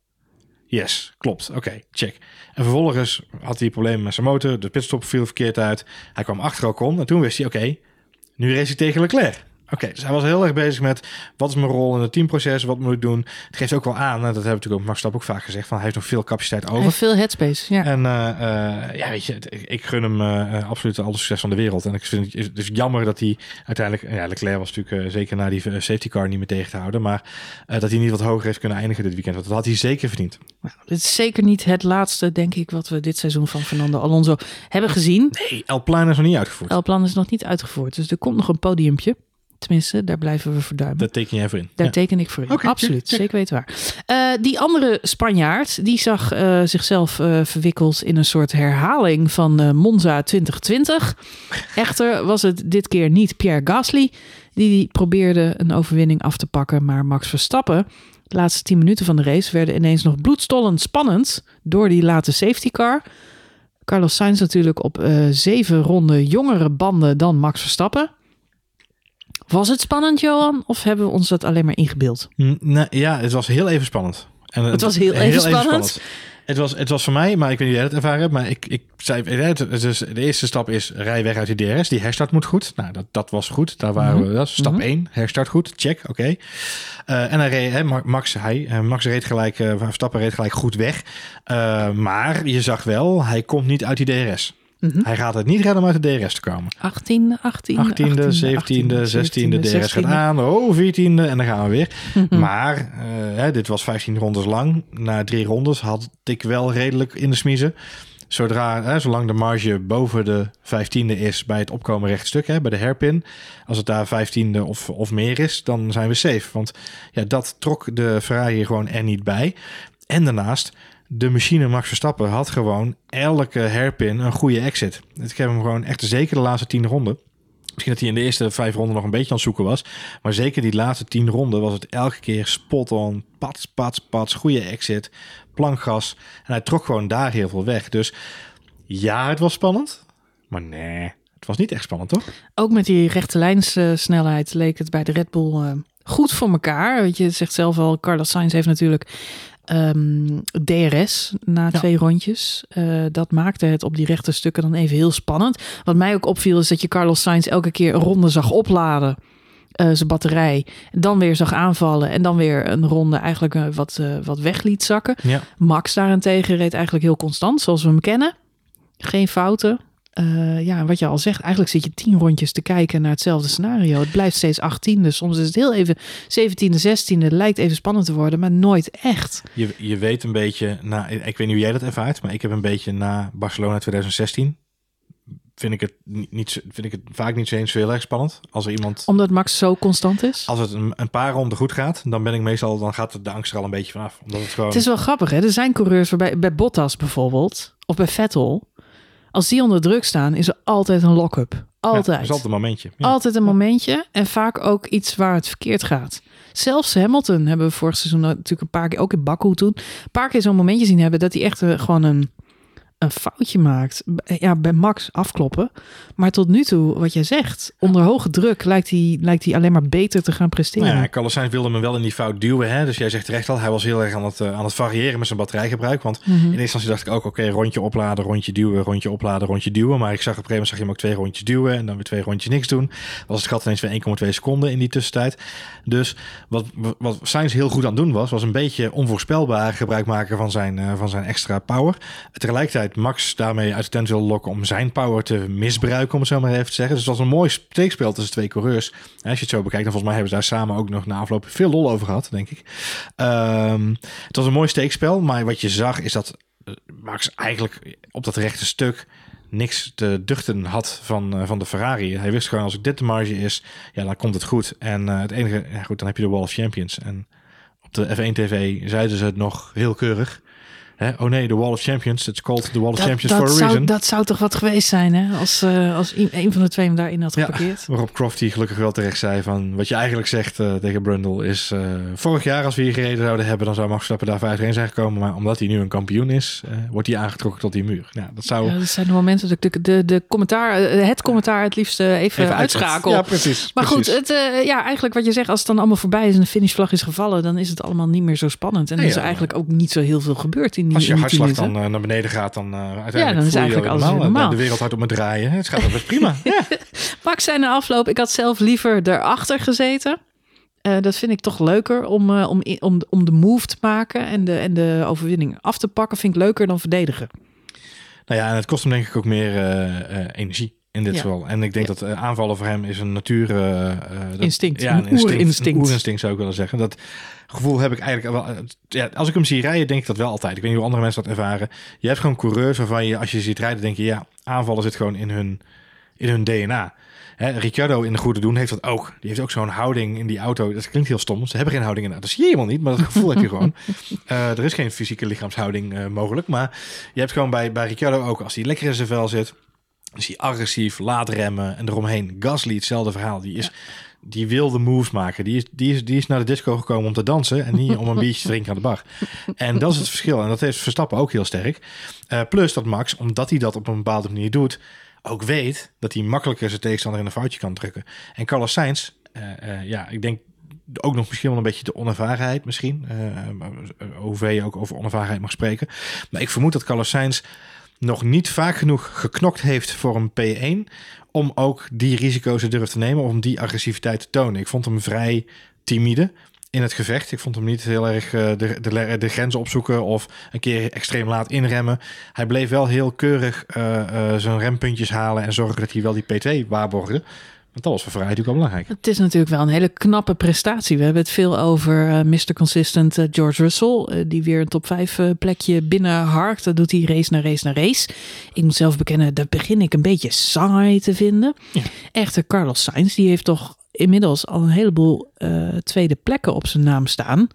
Yes, klopt. Oké, okay, check. En vervolgens had hij problemen met zijn motor, de pitstop viel verkeerd uit. Hij kwam achter Ocon en toen wist hij, oké, okay, nu race hij tegen Leclerc. Oké, okay, dus hij was heel erg bezig met wat is mijn rol in het teamproces, wat moet ik doen. Het geeft ook wel aan, en dat hebben we natuurlijk ook Max Verstappen ook vaak gezegd, van hij heeft nog veel capaciteit over. Hij heeft veel headspace, ja. En uh, uh, ja, weet je, ik, ik gun hem uh, absoluut alle succes van de wereld. En ik vind het dus jammer dat hij uiteindelijk, ja, Leclerc was natuurlijk uh, zeker na die safety car niet meer tegen te houden, maar uh, dat hij niet wat hoger heeft kunnen eindigen dit weekend. Want dat had hij zeker verdiend. Nou, dit is zeker niet het laatste, denk ik, wat we dit seizoen van Fernando Alonso hebben gezien. Nee, El Plan is nog niet uitgevoerd. El Plan is nog niet uitgevoerd, dus er komt nog een podiumpje. Tenminste, daar blijven we voor duimen. Daar teken jij voor in. Daar ja. teken ik voor in. Okay, absoluut, check, check. zeker weten waar. Uh, die andere Spanjaard, die zag uh, zichzelf uh, verwikkeld in een soort herhaling van uh, Monza twintig twintig. Echter was het dit keer niet Pierre Gasly die probeerde een overwinning af te pakken, maar Max Verstappen. De laatste tien minuten van de race werden ineens nog bloedstollend spannend door die late safety car. Carlos Sainz natuurlijk op uh, zeven ronden jongere banden dan Max Verstappen. Was het spannend, Johan? Of hebben we ons dat alleen maar ingebeeld? Nee, ja, het was heel even spannend. En het, het was heel, heel even, spannend. even spannend. Het was, het was voor mij, maar ik weet niet of jij het ervaren hebt, maar ik, ik zei, dus de eerste stap is rij weg uit die D R S. Die herstart moet goed. Nou, dat, dat was goed. Daar waren mm-hmm. we. Dat stap één. Mm-hmm. Herstart goed. Check. Oké. Okay. Uh, en dan reed hè, Max, hij, uh, Max reed gelijk, uh, Verstappen reed gelijk goed weg. Uh, maar je zag wel, hij komt niet uit die D R S. Mm-hmm. Hij gaat het niet redden om uit de D R S te komen. achttiende, achttiende, achttiende, zeventiende, zestiende, D R S gaat aan. Oh, veertiende en dan gaan we weer. Mm-hmm. Maar uh, hè, dit was vijftien rondes lang. Na drie rondes had ik wel redelijk in de smiezen. Zodra, hè, zolang de marge boven de vijftiende is bij het opkomen rechtstuk, hè, bij de hairpin. Als het daar vijftiende of, of meer is, dan zijn we safe. Want ja, dat trok de Ferrari gewoon er niet bij. En daarnaast, de machine Max Verstappen had gewoon elke hairpin een goede exit. Ik heb hem gewoon echt zeker de laatste tien ronden. Misschien dat hij in de eerste vijf ronden nog een beetje aan het zoeken was. Maar zeker die laatste tien ronden was het elke keer spot on. Pats, pats, pats. Goede exit. Plankgas. En hij trok gewoon daar heel veel weg. Dus ja, het was spannend. Maar nee, het was niet echt spannend, toch? Ook met die rechte lijnssnelheid leek het bij de Red Bull uh, goed voor elkaar. Weet je, het zegt zelf al, Carlos Sainz heeft natuurlijk Um, D R S na twee ja. rondjes. Uh, dat maakte het op die rechte stukken dan even heel spannend. Wat mij ook opviel is dat je Carlos Sainz elke keer een ronde zag opladen. Uh, zijn batterij. Dan weer zag aanvallen. En dan weer een ronde eigenlijk uh, wat, uh, wat weg liet zakken. Ja. Max daarentegen reed eigenlijk heel constant zoals we hem kennen. Geen fouten. Uh, ja, wat je al zegt, eigenlijk zit je tien rondjes te kijken naar hetzelfde scenario. Het blijft steeds achttiende. Soms is het heel even zeventiende, zestiende. Het lijkt even spannend te worden, maar nooit echt. Je, je weet een beetje, na, ik weet niet hoe jij dat ervaart, maar ik heb een beetje na Barcelona twintig zestien... Vind ik, het niet, vind ik het vaak niet zo eens heel erg spannend. Als er iemand, Omdat Max zo constant is? Als het een, een paar ronden goed gaat, dan ben ik meestal, dan gaat de angst er al een beetje vanaf. Omdat het, gewoon... het is wel grappig, hè? Er zijn coureurs waarbij, bij Bottas bijvoorbeeld, of bij Vettel, Als die onder druk staan, is er altijd een lock-up. Altijd. Ja, dat is altijd een momentje. Ja. Altijd een momentje en vaak ook iets waar het verkeerd gaat. Zelfs Hamilton hebben we vorig seizoen natuurlijk een paar keer, ook in Baku toen, een paar keer zo'n momentje zien hebben dat hij echt uh, gewoon een, een foutje maakt. Ja, bij Max afkloppen. Maar tot nu toe, wat jij zegt, onder hoge druk lijkt hij, lijkt hij alleen maar beter te gaan presteren. Nou ja, Carlos Sainz wilde me wel in die fout duwen. Hè? Dus jij zegt terecht al, hij was heel erg aan het, uh, aan het variëren met zijn batterijgebruik. Want mm-hmm. in eerste instantie dacht ik ook, oké, okay, rondje opladen, rondje duwen, rondje opladen, rondje duwen. Maar ik zag op een gegeven moment zag je hem ook twee rondjes duwen en dan weer twee rondjes niks doen. Was het gat ineens weer één komma twee seconden in die tussentijd. Dus wat, wat Sainz heel goed aan het doen was, was een beetje onvoorspelbaar gebruik maken van zijn, uh, van zijn extra power. Tegelijkertijd Max daarmee uit de tent wilde lokken om zijn power te misbruiken, om het zo maar even te zeggen. Dus het was een mooi steekspel tussen twee coureurs. En als je het zo bekijkt, dan volgens mij hebben ze daar samen ook nog na afloop veel lol over gehad, denk ik. Um, het was een mooi steekspel, maar wat je zag is dat Max eigenlijk op dat rechte stuk niks te duchten had van, uh, van de Ferrari. Hij wist gewoon, als ik dit de marge is, ja, dan komt het goed. En uh, het enige, ja goed, dan heb je de Wall of Champions. En op de F één T V zeiden ze het nog heel keurig. Hè? Oh nee, de Wall of Champions. It's called the Wall of dat, Champions dat for a zou, reason. Dat zou toch wat geweest zijn, hè? Als, uh, als een van de twee hem daarin had geparkeerd. Ja, waarop Crofty gelukkig wel terecht zei van, wat je eigenlijk zegt uh, tegen Brundle is, uh, vorig jaar als we hier gereden zouden hebben, dan zou Max Verstappen daar vijf heen zijn gekomen. Maar omdat hij nu een kampioen is, uh, wordt hij aangetrokken tot die muur. Ja, dat zou... Ja, dat zijn de momenten dat ik de, de, de commentaar, het commentaar het liefst uh, even, even uitschakel. Ja, precies. Maar precies. goed, het, uh, ja, eigenlijk wat je zegt, als het dan allemaal voorbij is en de finishvlag is gevallen, dan is het allemaal niet meer zo spannend. En nee, dan is er ja, eigenlijk ook niet zo heel veel gebeurd in die als je hartslag minuten. dan uh, naar beneden gaat, dan uh, uiteindelijk ja, dan is eigenlijk alles normaal. normaal. De wereld houdt op met draaien. Het gaat best prima. Ja. Max zei na afloop, ik had zelf liever erachter gezeten. Uh, dat vind ik toch leuker om, uh, om, om, om de move te maken en de, en de overwinning af te pakken. Vind ik leuker dan verdedigen. Nou ja, en het kost hem denk ik ook meer uh, uh, energie in dit ja. geval. En ik denk ja. dat uh, aanvallen voor hem is een natuur... Uh, uh, dat, instinct, ja, een, een oerinstinct. Een oerinstinct zou ik willen zeggen. Dat gevoel heb ik eigenlijk wel... Ja, als ik hem zie rijden, denk ik dat wel altijd. Ik weet niet hoe andere mensen dat ervaren. Je hebt gewoon coureurs waarvan je, als je ziet rijden, denk je... ja, aanvallen zit gewoon in hun, in hun D N A. Hè, Ricciardo in de goede doen heeft dat ook. Die heeft ook zo'n houding in die auto. Dat klinkt heel stom. Ze hebben geen houding in de auto. Dat zie je helemaal niet, maar dat gevoel heb je gewoon. Uh, er is geen fysieke lichaamshouding uh, mogelijk. Maar je hebt gewoon bij, bij Ricciardo ook, als hij lekker in zijn vel zit... is hij agressief, laat remmen en eromheen. Gasly, hetzelfde verhaal. Die is... Ja. Die wil de moves maken. Die is, die, is, die is naar de disco gekomen om te dansen en niet om een biertje te drinken aan de bar. En dat is het verschil. En dat heeft Verstappen ook heel sterk. Uh, plus dat Max, omdat hij dat op een bepaalde manier doet, ook weet dat hij makkelijker zijn tegenstander in een foutje kan drukken. En Carlos Sainz, uh, uh, ja, ik denk ook nog misschien wel een beetje de onervarenheid misschien. Uh, hoeveel je ook over onervarenheid mag spreken. Maar ik vermoed dat Carlos Sainz nog niet vaak genoeg geknokt heeft voor een P één... om ook die risico's te durven te nemen, om die agressiviteit te tonen. Ik vond hem vrij timide in het gevecht. Ik vond hem niet heel erg uh, de, de, de grenzen opzoeken of een keer extreem laat inremmen. Hij bleef wel heel keurig uh, uh, zijn rempuntjes halen en zorgen dat hij wel die P twee waarborgde. Want dat was voor Ferrari natuurlijk wel belangrijk. Het is natuurlijk wel een hele knappe prestatie. We hebben het veel over uh, mister Consistent uh, George Russell. Uh, die weer een top vijf uh, plekje binnenharkt. Dat doet hij race na race na race. Ik moet zelf bekennen, dat begin ik een beetje saai te vinden. Ja. Echter, Carlos Sainz, die heeft toch inmiddels al een heleboel uh, tweede plekken op zijn naam staan.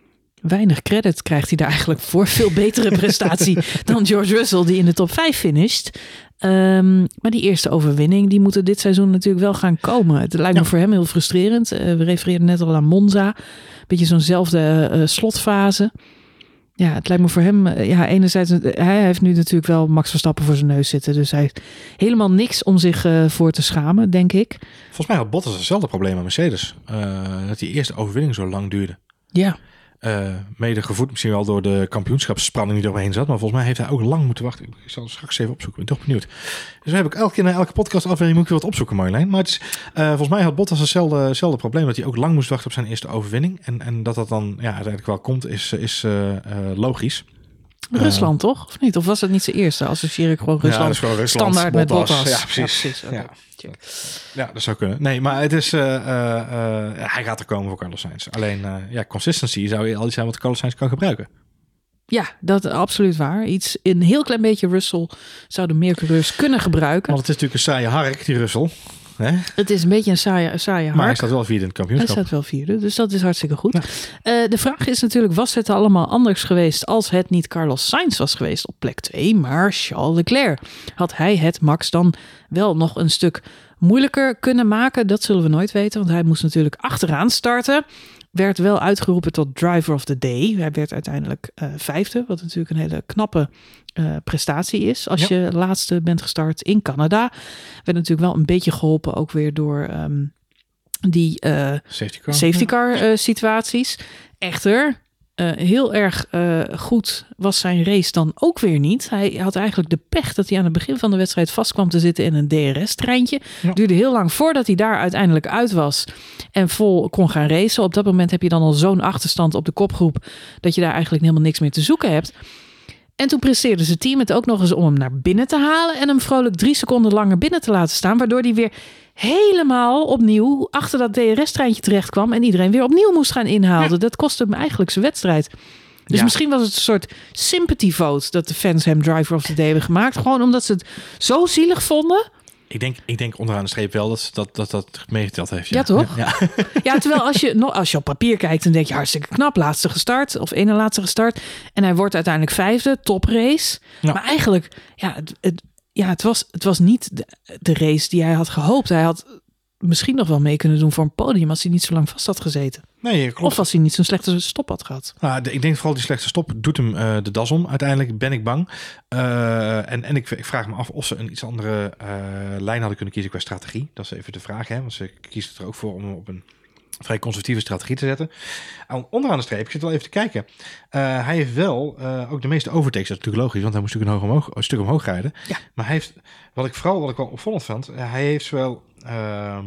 Weinig credit krijgt hij daar eigenlijk voor. Veel betere prestatie dan George Russell, die in de top vijf finisht. Um, maar die eerste overwinning, die moeten dit seizoen natuurlijk wel gaan komen. Het lijkt me ja. voor hem heel frustrerend. Uh, we refereerden net al aan Monza. Beetje zo'nzelfde uh, slotfase. Ja, het lijkt me voor hem... Uh, ja, enerzijds, uh, hij heeft nu natuurlijk wel Max Verstappen voor zijn neus zitten. Dus hij heeft helemaal niks om zich uh, voor te schamen, denk ik. Volgens mij had Bottas hetzelfde probleem met Mercedes. Uh, dat die eerste overwinning zo lang duurde. Ja. Uh, mede gevoed misschien wel door de kampioenschapsspanning die er omheen zat. Maar volgens mij heeft hij ook lang moeten wachten. Ik zal het straks even opzoeken. Ik ben toch benieuwd. Dus we heb ik elke keer na elke podcast aflevering moet ik weer wat opzoeken, Marjolein. Maar het is, uh, volgens mij had Bottas hetzelfde, hetzelfde probleem. Dat hij ook lang moest wachten op zijn eerste overwinning. En, en dat dat dan ja, uiteindelijk wel komt is, is uh, uh, logisch. Rusland uh, toch? Of niet? Of was het niet zijn eerste? Associeer ik gewoon Rusland, ja, gewoon Rusland standaard Bottas. met Bottas. Ja, precies. Ja, precies. Okay. Ja. Ja, dat zou kunnen. Nee, maar het is... Uh, uh, uh, hij gaat er komen voor Carlos Sainz. Alleen, uh, ja, consistency zou al iets zijn wat Carlos Sainz kan gebruiken. Ja, dat is absoluut waar. Iets, een heel klein beetje Russell zouden meer coureurs kunnen gebruiken. Want het is natuurlijk een saaie hark, die Russell. Hè? Het is een beetje een saaie, saaie hark. Maar hij staat wel vierde in het kampioenschap. Hij staat wel vierde, dus dat is hartstikke goed. Ja. Uh, de vraag is natuurlijk, was het allemaal anders geweest als het niet Carlos Sainz was geweest op plek twee, maar Charles Leclerc? Had hij het Max dan wel nog een stuk moeilijker kunnen maken? Dat zullen we nooit weten, want hij moest natuurlijk achteraan starten. Werd wel uitgeroepen tot driver of the day. Hij werd uiteindelijk uh, vijfde, wat natuurlijk een hele knappe uh, prestatie is. Als ja. je laatste bent gestart in Canada. Werd natuurlijk wel een beetje geholpen ook weer door um, die uh, safety car, safety car uh, situaties. Echter, uh, heel erg uh, goed was zijn race dan ook weer niet. Hij had eigenlijk de pech dat hij aan het begin van de wedstrijd vast kwam te zitten in een D R S-treintje. Ja. Duurde heel lang voordat hij daar uiteindelijk uit was en vol kon gaan racen. Op dat moment heb je dan al zo'n achterstand op de kopgroep dat je daar eigenlijk helemaal niks meer te zoeken hebt. En toen presteerde zijn team het ook nog eens om hem naar binnen te halen en hem vrolijk drie seconden langer binnen te laten staan, waardoor hij weer helemaal opnieuw achter dat D R S-treintje terecht kwam en iedereen weer opnieuw moest gaan inhalen. Ja. Dat kostte hem eigenlijk zijn wedstrijd. Dus ja. misschien was het een soort sympathy vote dat de fans hem driver of the day hebben gemaakt. Gewoon omdat ze het zo zielig vonden. Ik denk, ik denk onderaan de streep wel dat dat, dat, dat meegeteld heeft. Ja, ja toch? Ja. ja, terwijl als je, als je op papier kijkt, dan denk je hartstikke knap. Laatste gestart of ene laatste gestart. En hij wordt uiteindelijk vijfde, toprace. Ja. Maar eigenlijk, ja, het, het, ja, het, was, het was niet de, de race die hij had gehoopt. Hij had misschien nog wel mee kunnen doen voor een podium als hij niet zo lang vast had gezeten. Nee, klopt. Of als hij niet zo'n slechte stop had gehad. Nou, de, ik denk vooral die slechte stop doet hem uh, de das om. Uiteindelijk ben ik bang. Uh, en en ik, ik vraag me af of ze een iets andere uh, lijn hadden kunnen kiezen qua strategie. Dat is even de vraag. Hè? Want ze kiezen er ook voor om op een vrij conservatieve strategie te zetten. En onderaan de streep, ik zit wel even te kijken. Uh, hij heeft wel uh, ook de meeste overtakes. Dat is natuurlijk logisch, want hij moest natuurlijk een, hoog omhoog, een stuk omhoog rijden. Ja. Maar hij heeft, wat ik vooral wat ik wel opvallend vond, uh, hij heeft zowel Uh,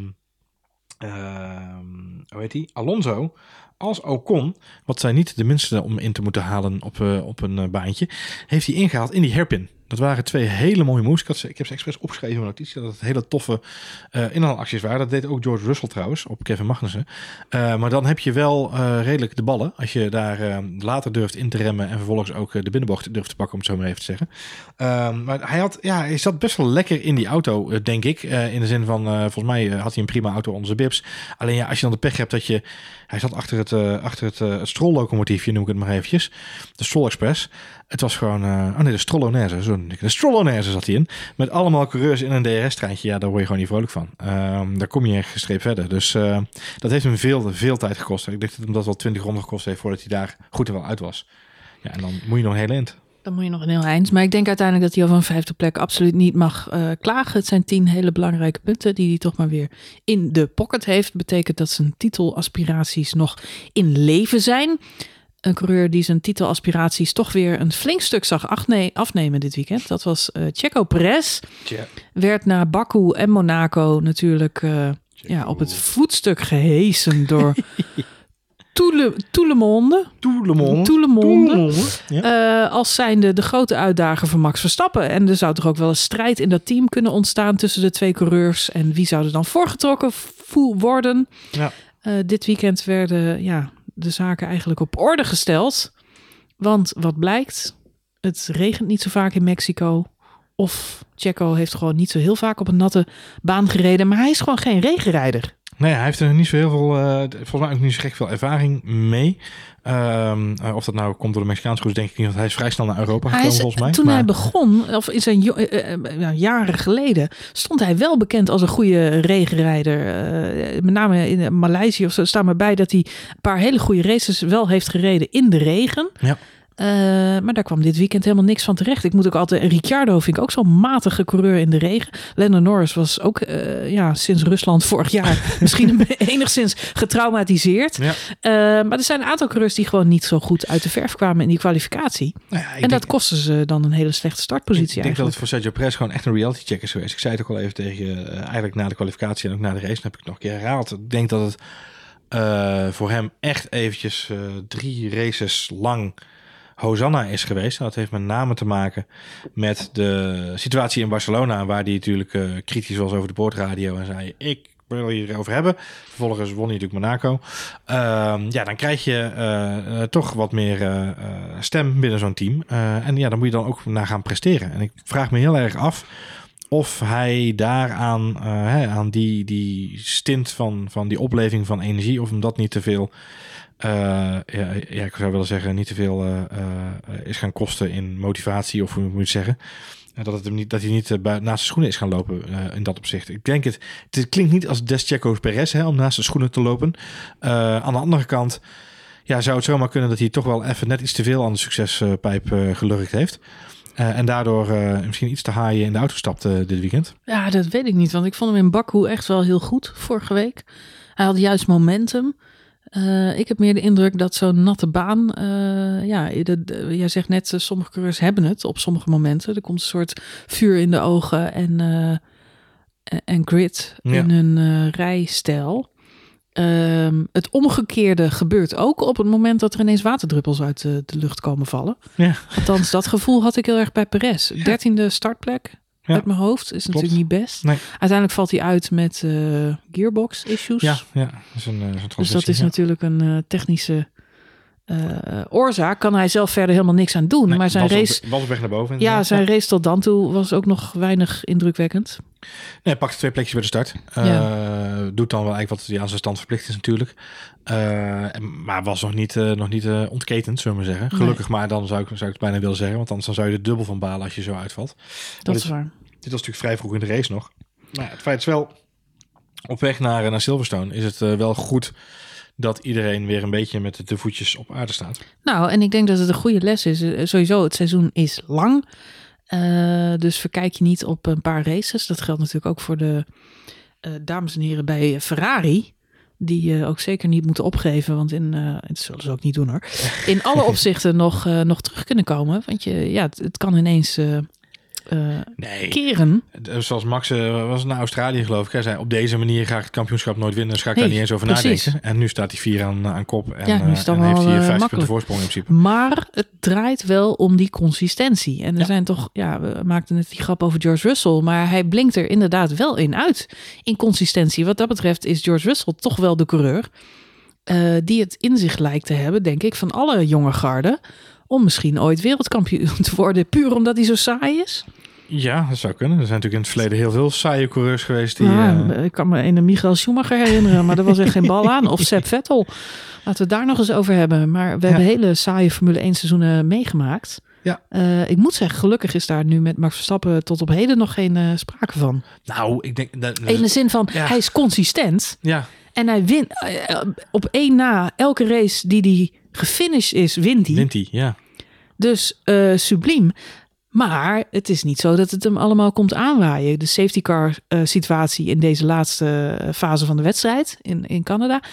uh, hoe heet die? Alonso als Ocon, wat zijn niet de minste om in te moeten halen op, uh, op een uh, baantje, heeft hij ingehaald in die hairpin. Dat waren twee hele mooie moves. Ik, had ze, ik heb ze expres opgeschreven in mijn notitie dat het hele toffe uh, inhaalacties waren. Dat deed ook George Russell trouwens op Kevin Magnussen. Uh, maar dan heb je wel uh, redelijk de ballen als je daar uh, later durft in te remmen en vervolgens ook uh, de binnenbocht durft te pakken, om het zo maar even te zeggen. Uh, maar hij had, ja, hij zat best wel lekker in die auto, uh, denk ik. Uh, in de zin van, uh, volgens mij uh, had hij een prima auto onder zijn bibs. Alleen ja, als je dan de pech hebt dat je, hij zat achter het, uh, achter het, uh, het Stroll-locomotiefje, noem ik het maar eventjes. De Stroll Express. Het was gewoon, uh, oh nee, de Strollonese, zo de Strollonese zat hij in. Met allemaal coureurs in een D R S-treintje. Ja, daar word je gewoon niet vrolijk van. Uh, daar kom je echt gestreept verder. Dus uh, dat heeft hem veel, veel tijd gekost. Ik denk dat hem dat wel twintig ronden gekost heeft voordat hij daar goed en wel uit was. Ja, en dan moet je nog een heel eind. Dan moet je nog een heel eind. Maar ik denk uiteindelijk dat hij over een vijfde plek absoluut niet mag uh, klagen. Het zijn tien hele belangrijke punten die hij toch maar weer in de pocket heeft. Betekent dat zijn titelaspiraties nog in leven zijn. Een coureur die zijn titelaspiraties toch weer een flink stuk zag afnemen dit weekend. Dat was uh, Checo Perez. Yeah. Werd na Baku en Monaco natuurlijk uh, ja, op het voetstuk gehesen door Tout le, tout le monde. Tout le monde. Tout le monde. Tout le monde. Ja. Uh, als zijnde de grote uitdager van Max Verstappen. En er zou toch ook wel een strijd in dat team kunnen ontstaan tussen de twee coureurs. En wie zou er dan voorgetrokken worden? Ja. Uh, dit weekend werden ja, de zaken eigenlijk op orde gesteld. Want wat blijkt, het regent niet zo vaak in Mexico. Of Checo heeft gewoon niet zo heel vaak op een natte baan gereden. Maar hij is gewoon geen regenrijder. Nee, hij heeft er niet zo heel veel, uh, volgens mij ook niet zo gek veel ervaring mee. Um, uh, of dat nou komt door de Mexicaanse route, denk ik niet. Want hij is vrij snel naar Europa gekomen, is, volgens mij. Toen maar... hij begon, of in zijn uh, uh, jaren geleden, stond hij wel bekend als een goede regenrijder. Uh, met name in Maleisië of zo staat maar bij dat hij een paar hele goede races wel heeft gereden in de regen. Ja. Uh, maar daar kwam dit weekend helemaal niks van terecht. Ik moet ook altijd... Ricciardo vind ik ook zo'n matige coureur in de regen. Lando Norris was ook uh, ja, sinds Rusland vorig jaar misschien enigszins getraumatiseerd. Ja. Uh, maar er zijn een aantal coureurs die gewoon niet zo goed uit de verf kwamen in die kwalificatie. Nou ja, en denk, dat kostte ze dan een hele slechte startpositie. Ik denk eigenlijk. Dat het voor Sergio Perez gewoon echt een reality check is geweest. Ik zei het ook al even tegen je, uh, eigenlijk na de kwalificatie en ook na de race. Dan heb ik het nog een keer herhaald. Ik denk dat het uh, voor hem echt eventjes uh, drie races lang Hosanna is geweest. Dat heeft met name te maken met de situatie in Barcelona, waar hij natuurlijk uh, kritisch was over de boordradio en zei, ik wil je erover hebben. Vervolgens won hij natuurlijk Monaco. Uh, ja, dan krijg je uh, uh, toch wat meer uh, uh, stem binnen zo'n team. Uh, en ja, dan moet je dan ook naar gaan presteren. En ik vraag me heel erg af of hij daaraan, uh, hè, aan die, die stint van, van die opleving van energie, of hem dat niet te veel, uh, ja, ja, ik zou willen zeggen, niet te veel uh, uh, is gaan kosten in motivatie, of hoe moet je het zeggen. Dat, het hem niet, dat hij niet uh, naast de schoenen is gaan lopen uh, in dat opzicht. Ik denk het, het klinkt niet als Des Checo's Perez, hè, om naast de schoenen te lopen. Uh, aan de andere kant, ja, zou het zomaar kunnen dat hij toch wel even net iets te veel aan de succespijp uh, gelurkt heeft. Uh, en daardoor uh, misschien iets te haaien in de auto stapt uh, dit weekend. Ja, dat weet ik niet. Want ik vond hem in Baku echt wel heel goed vorige week. Hij had juist momentum. Uh, ik heb meer de indruk dat zo'n natte baan... Uh, ja, de, de, jij zegt net, uh, sommige coureurs hebben het op sommige momenten. Er komt een soort vuur in de ogen en, uh, en grit ja. in hun uh, rijstijl. Um, het omgekeerde gebeurt ook op het moment dat er ineens waterdruppels uit de, de lucht komen vallen. Ja. Althans, dat gevoel had ik heel erg bij Perez. dertiende startplek ja. uit mijn hoofd is natuurlijk Klopt. niet best. Nee. Uiteindelijk valt hij uit met uh, gearbox issues. Ja, ja. Dat is een, een dus dat is ja. natuurlijk een uh, technische uh, oorzaak. Kan hij zelf verder helemaal niks aan doen. Nee, maar zijn was race, op, was op weg naar boven. Ja, zijn ja. race tot dan toe was ook nog weinig indrukwekkend. Nee, pakte twee plekjes bij de start. Uh, ja. Doet dan wel eigenlijk wat hij aan zijn stand verplicht is natuurlijk. Uh, maar was nog niet, uh, nog niet uh, ontketend, zullen we maar zeggen. Gelukkig nee. maar, dan zou ik, zou ik het bijna willen zeggen. Want anders dan zou je er dubbel van balen als je zo uitvalt. Dat is waar. Dit was natuurlijk vrij vroeg in de race nog. Maar het feit is wel, op weg naar, naar Silverstone is het uh, wel goed dat iedereen weer een beetje met de voetjes op aarde staat. Nou, en ik denk dat het een goede les is. Sowieso, het seizoen is lang. Uh, dus verkijk je niet op een paar races. Dat geldt natuurlijk ook voor de uh, dames en heren bij Ferrari. Die uh, ook zeker niet moeten opgeven. Want in, uh, dat zullen ze ook niet doen hoor. In alle opzichten nog, uh, nog terug kunnen komen. Want je, ja, het, het kan ineens uh, uh, nee. keren. Zoals Max uh, was naar Australië geloof ik. Hij zei op deze manier ga ik het kampioenschap nooit winnen. Dus ga ik nee, daar niet eens over precies. nadenken. En nu staat hij vier aan, aan kop. En, ja, nu is het uh, en heeft hij vijftig makkelijk. punten voorsprong in principe. Maar het draait wel om die consistentie. En er ja. zijn toch, ja, we maakten net die grap over George Russell. Maar hij blinkt er inderdaad wel in uit. In consistentie. Wat dat betreft is George Russell toch wel de coureur. Uh, die het in zich lijkt te hebben, denk ik, van alle jonge garden. Om misschien ooit wereldkampioen te worden. Puur omdat hij zo saai is. Ja, dat zou kunnen. Er zijn natuurlijk in het verleden heel veel saaie coureurs geweest. Die, ja, uh... Ik kan me een Michael Schumacher herinneren, maar er was echt geen bal aan. Of Sepp Vettel. Laten we het daar nog eens over hebben. Maar we ja. hebben hele saaie Formule één seizoenen meegemaakt. Ja. Uh, ik moet zeggen, gelukkig is daar nu met Max Verstappen tot op heden nog geen uh, sprake van. Nou, ik denk... Dat, dat... In de zin van, ja. hij is consistent. Ja. En hij wint uh, op één na elke race die hij gefinished is, wint hij. Wint hij, ja. Dus uh, subliem. Maar het is niet zo dat het hem allemaal komt aanwaaien. De safety car uh, situatie in deze laatste fase van de wedstrijd in, in Canada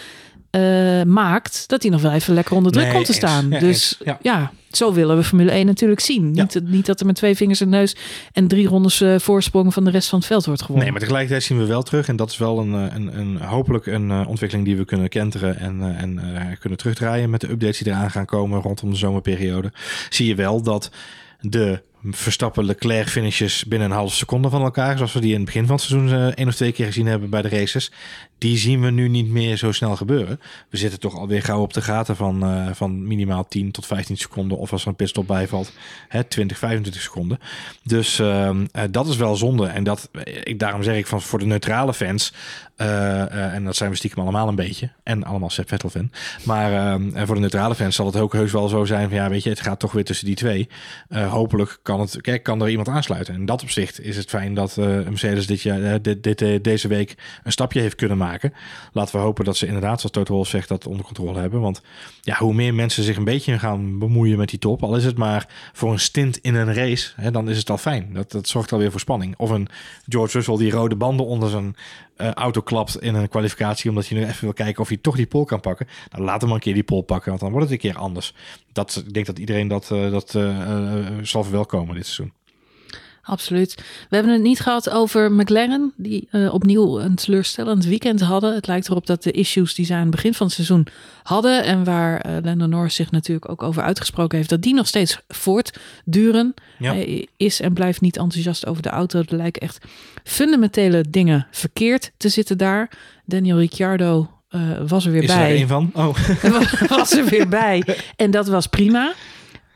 uh, maakt dat hij nog wel even lekker onder druk nee, komt te staan. Ja, dus ja. ja, zo willen we Formule één natuurlijk zien. Ja. Niet, niet dat er met twee vingers in de neus en drie rondes uh, voorsprong van de rest van het veld wordt gewonnen. Nee, maar tegelijkertijd zien we wel terug. En dat is wel een, een, een hopelijk een uh, ontwikkeling die we kunnen kenteren en, uh, en uh, kunnen terugdraaien met de updates die eraan gaan komen rondom de zomerperiode. Zie je wel dat de Verstappen Leclerc finishes binnen een half seconde van elkaar, zoals we die in het begin van het seizoen uh, één of twee keer gezien hebben bij de races, die zien we nu niet meer zo snel gebeuren. We zitten toch alweer gauw op de gaten van, uh, van minimaal tien tot vijftien seconden, of als er een pitstop bijvalt, hè, twintig, vijfentwintig seconden. Dus uh, uh, dat is wel zonde. En dat, ik, daarom zeg ik van voor de neutrale fans, uh, uh, en dat zijn we stiekem allemaal een beetje, en allemaal Sepp Vettel fan, maar uh, voor de neutrale fans zal het ook heus wel zo zijn van ja, weet je, het gaat toch weer tussen die twee. Uh, hopelijk kan het, kijk, kan er iemand aansluiten. En in dat opzicht is het fijn dat uh, Mercedes dit jaar, uh, dit, dit, uh, deze week een stapje heeft kunnen maken. Laten we hopen dat ze inderdaad, zoals Toto Wolff zegt, dat onder controle hebben. Want ja, hoe meer mensen zich een beetje gaan bemoeien met die top, al is het maar voor een stint in een race, hè, dan is het al fijn. Dat, dat zorgt alweer voor spanning. Of een George Russell die rode banden onder zijn uh, auto klapt in een kwalificatie, omdat je nu even wil kijken of hij toch die pole kan pakken. Nou, laat hem een keer die pole pakken, want dan wordt het een keer anders. Dat, ik denk dat iedereen dat, uh, dat uh, uh, zal verwelkomen dit seizoen. Absoluut. We hebben het niet gehad over McLaren, die uh, opnieuw een teleurstellend weekend hadden. Het lijkt erop dat de issues die ze aan het begin van het seizoen hadden en waar uh, Lando Norris zich natuurlijk ook over uitgesproken heeft, dat die nog steeds voortduren. Ja. Hij is en blijft niet enthousiast over de auto. Er lijken echt fundamentele dingen verkeerd te zitten daar. Daniel Ricciardo uh, was er weer is bij. Is er een van? Oh. was er weer bij. En dat was prima.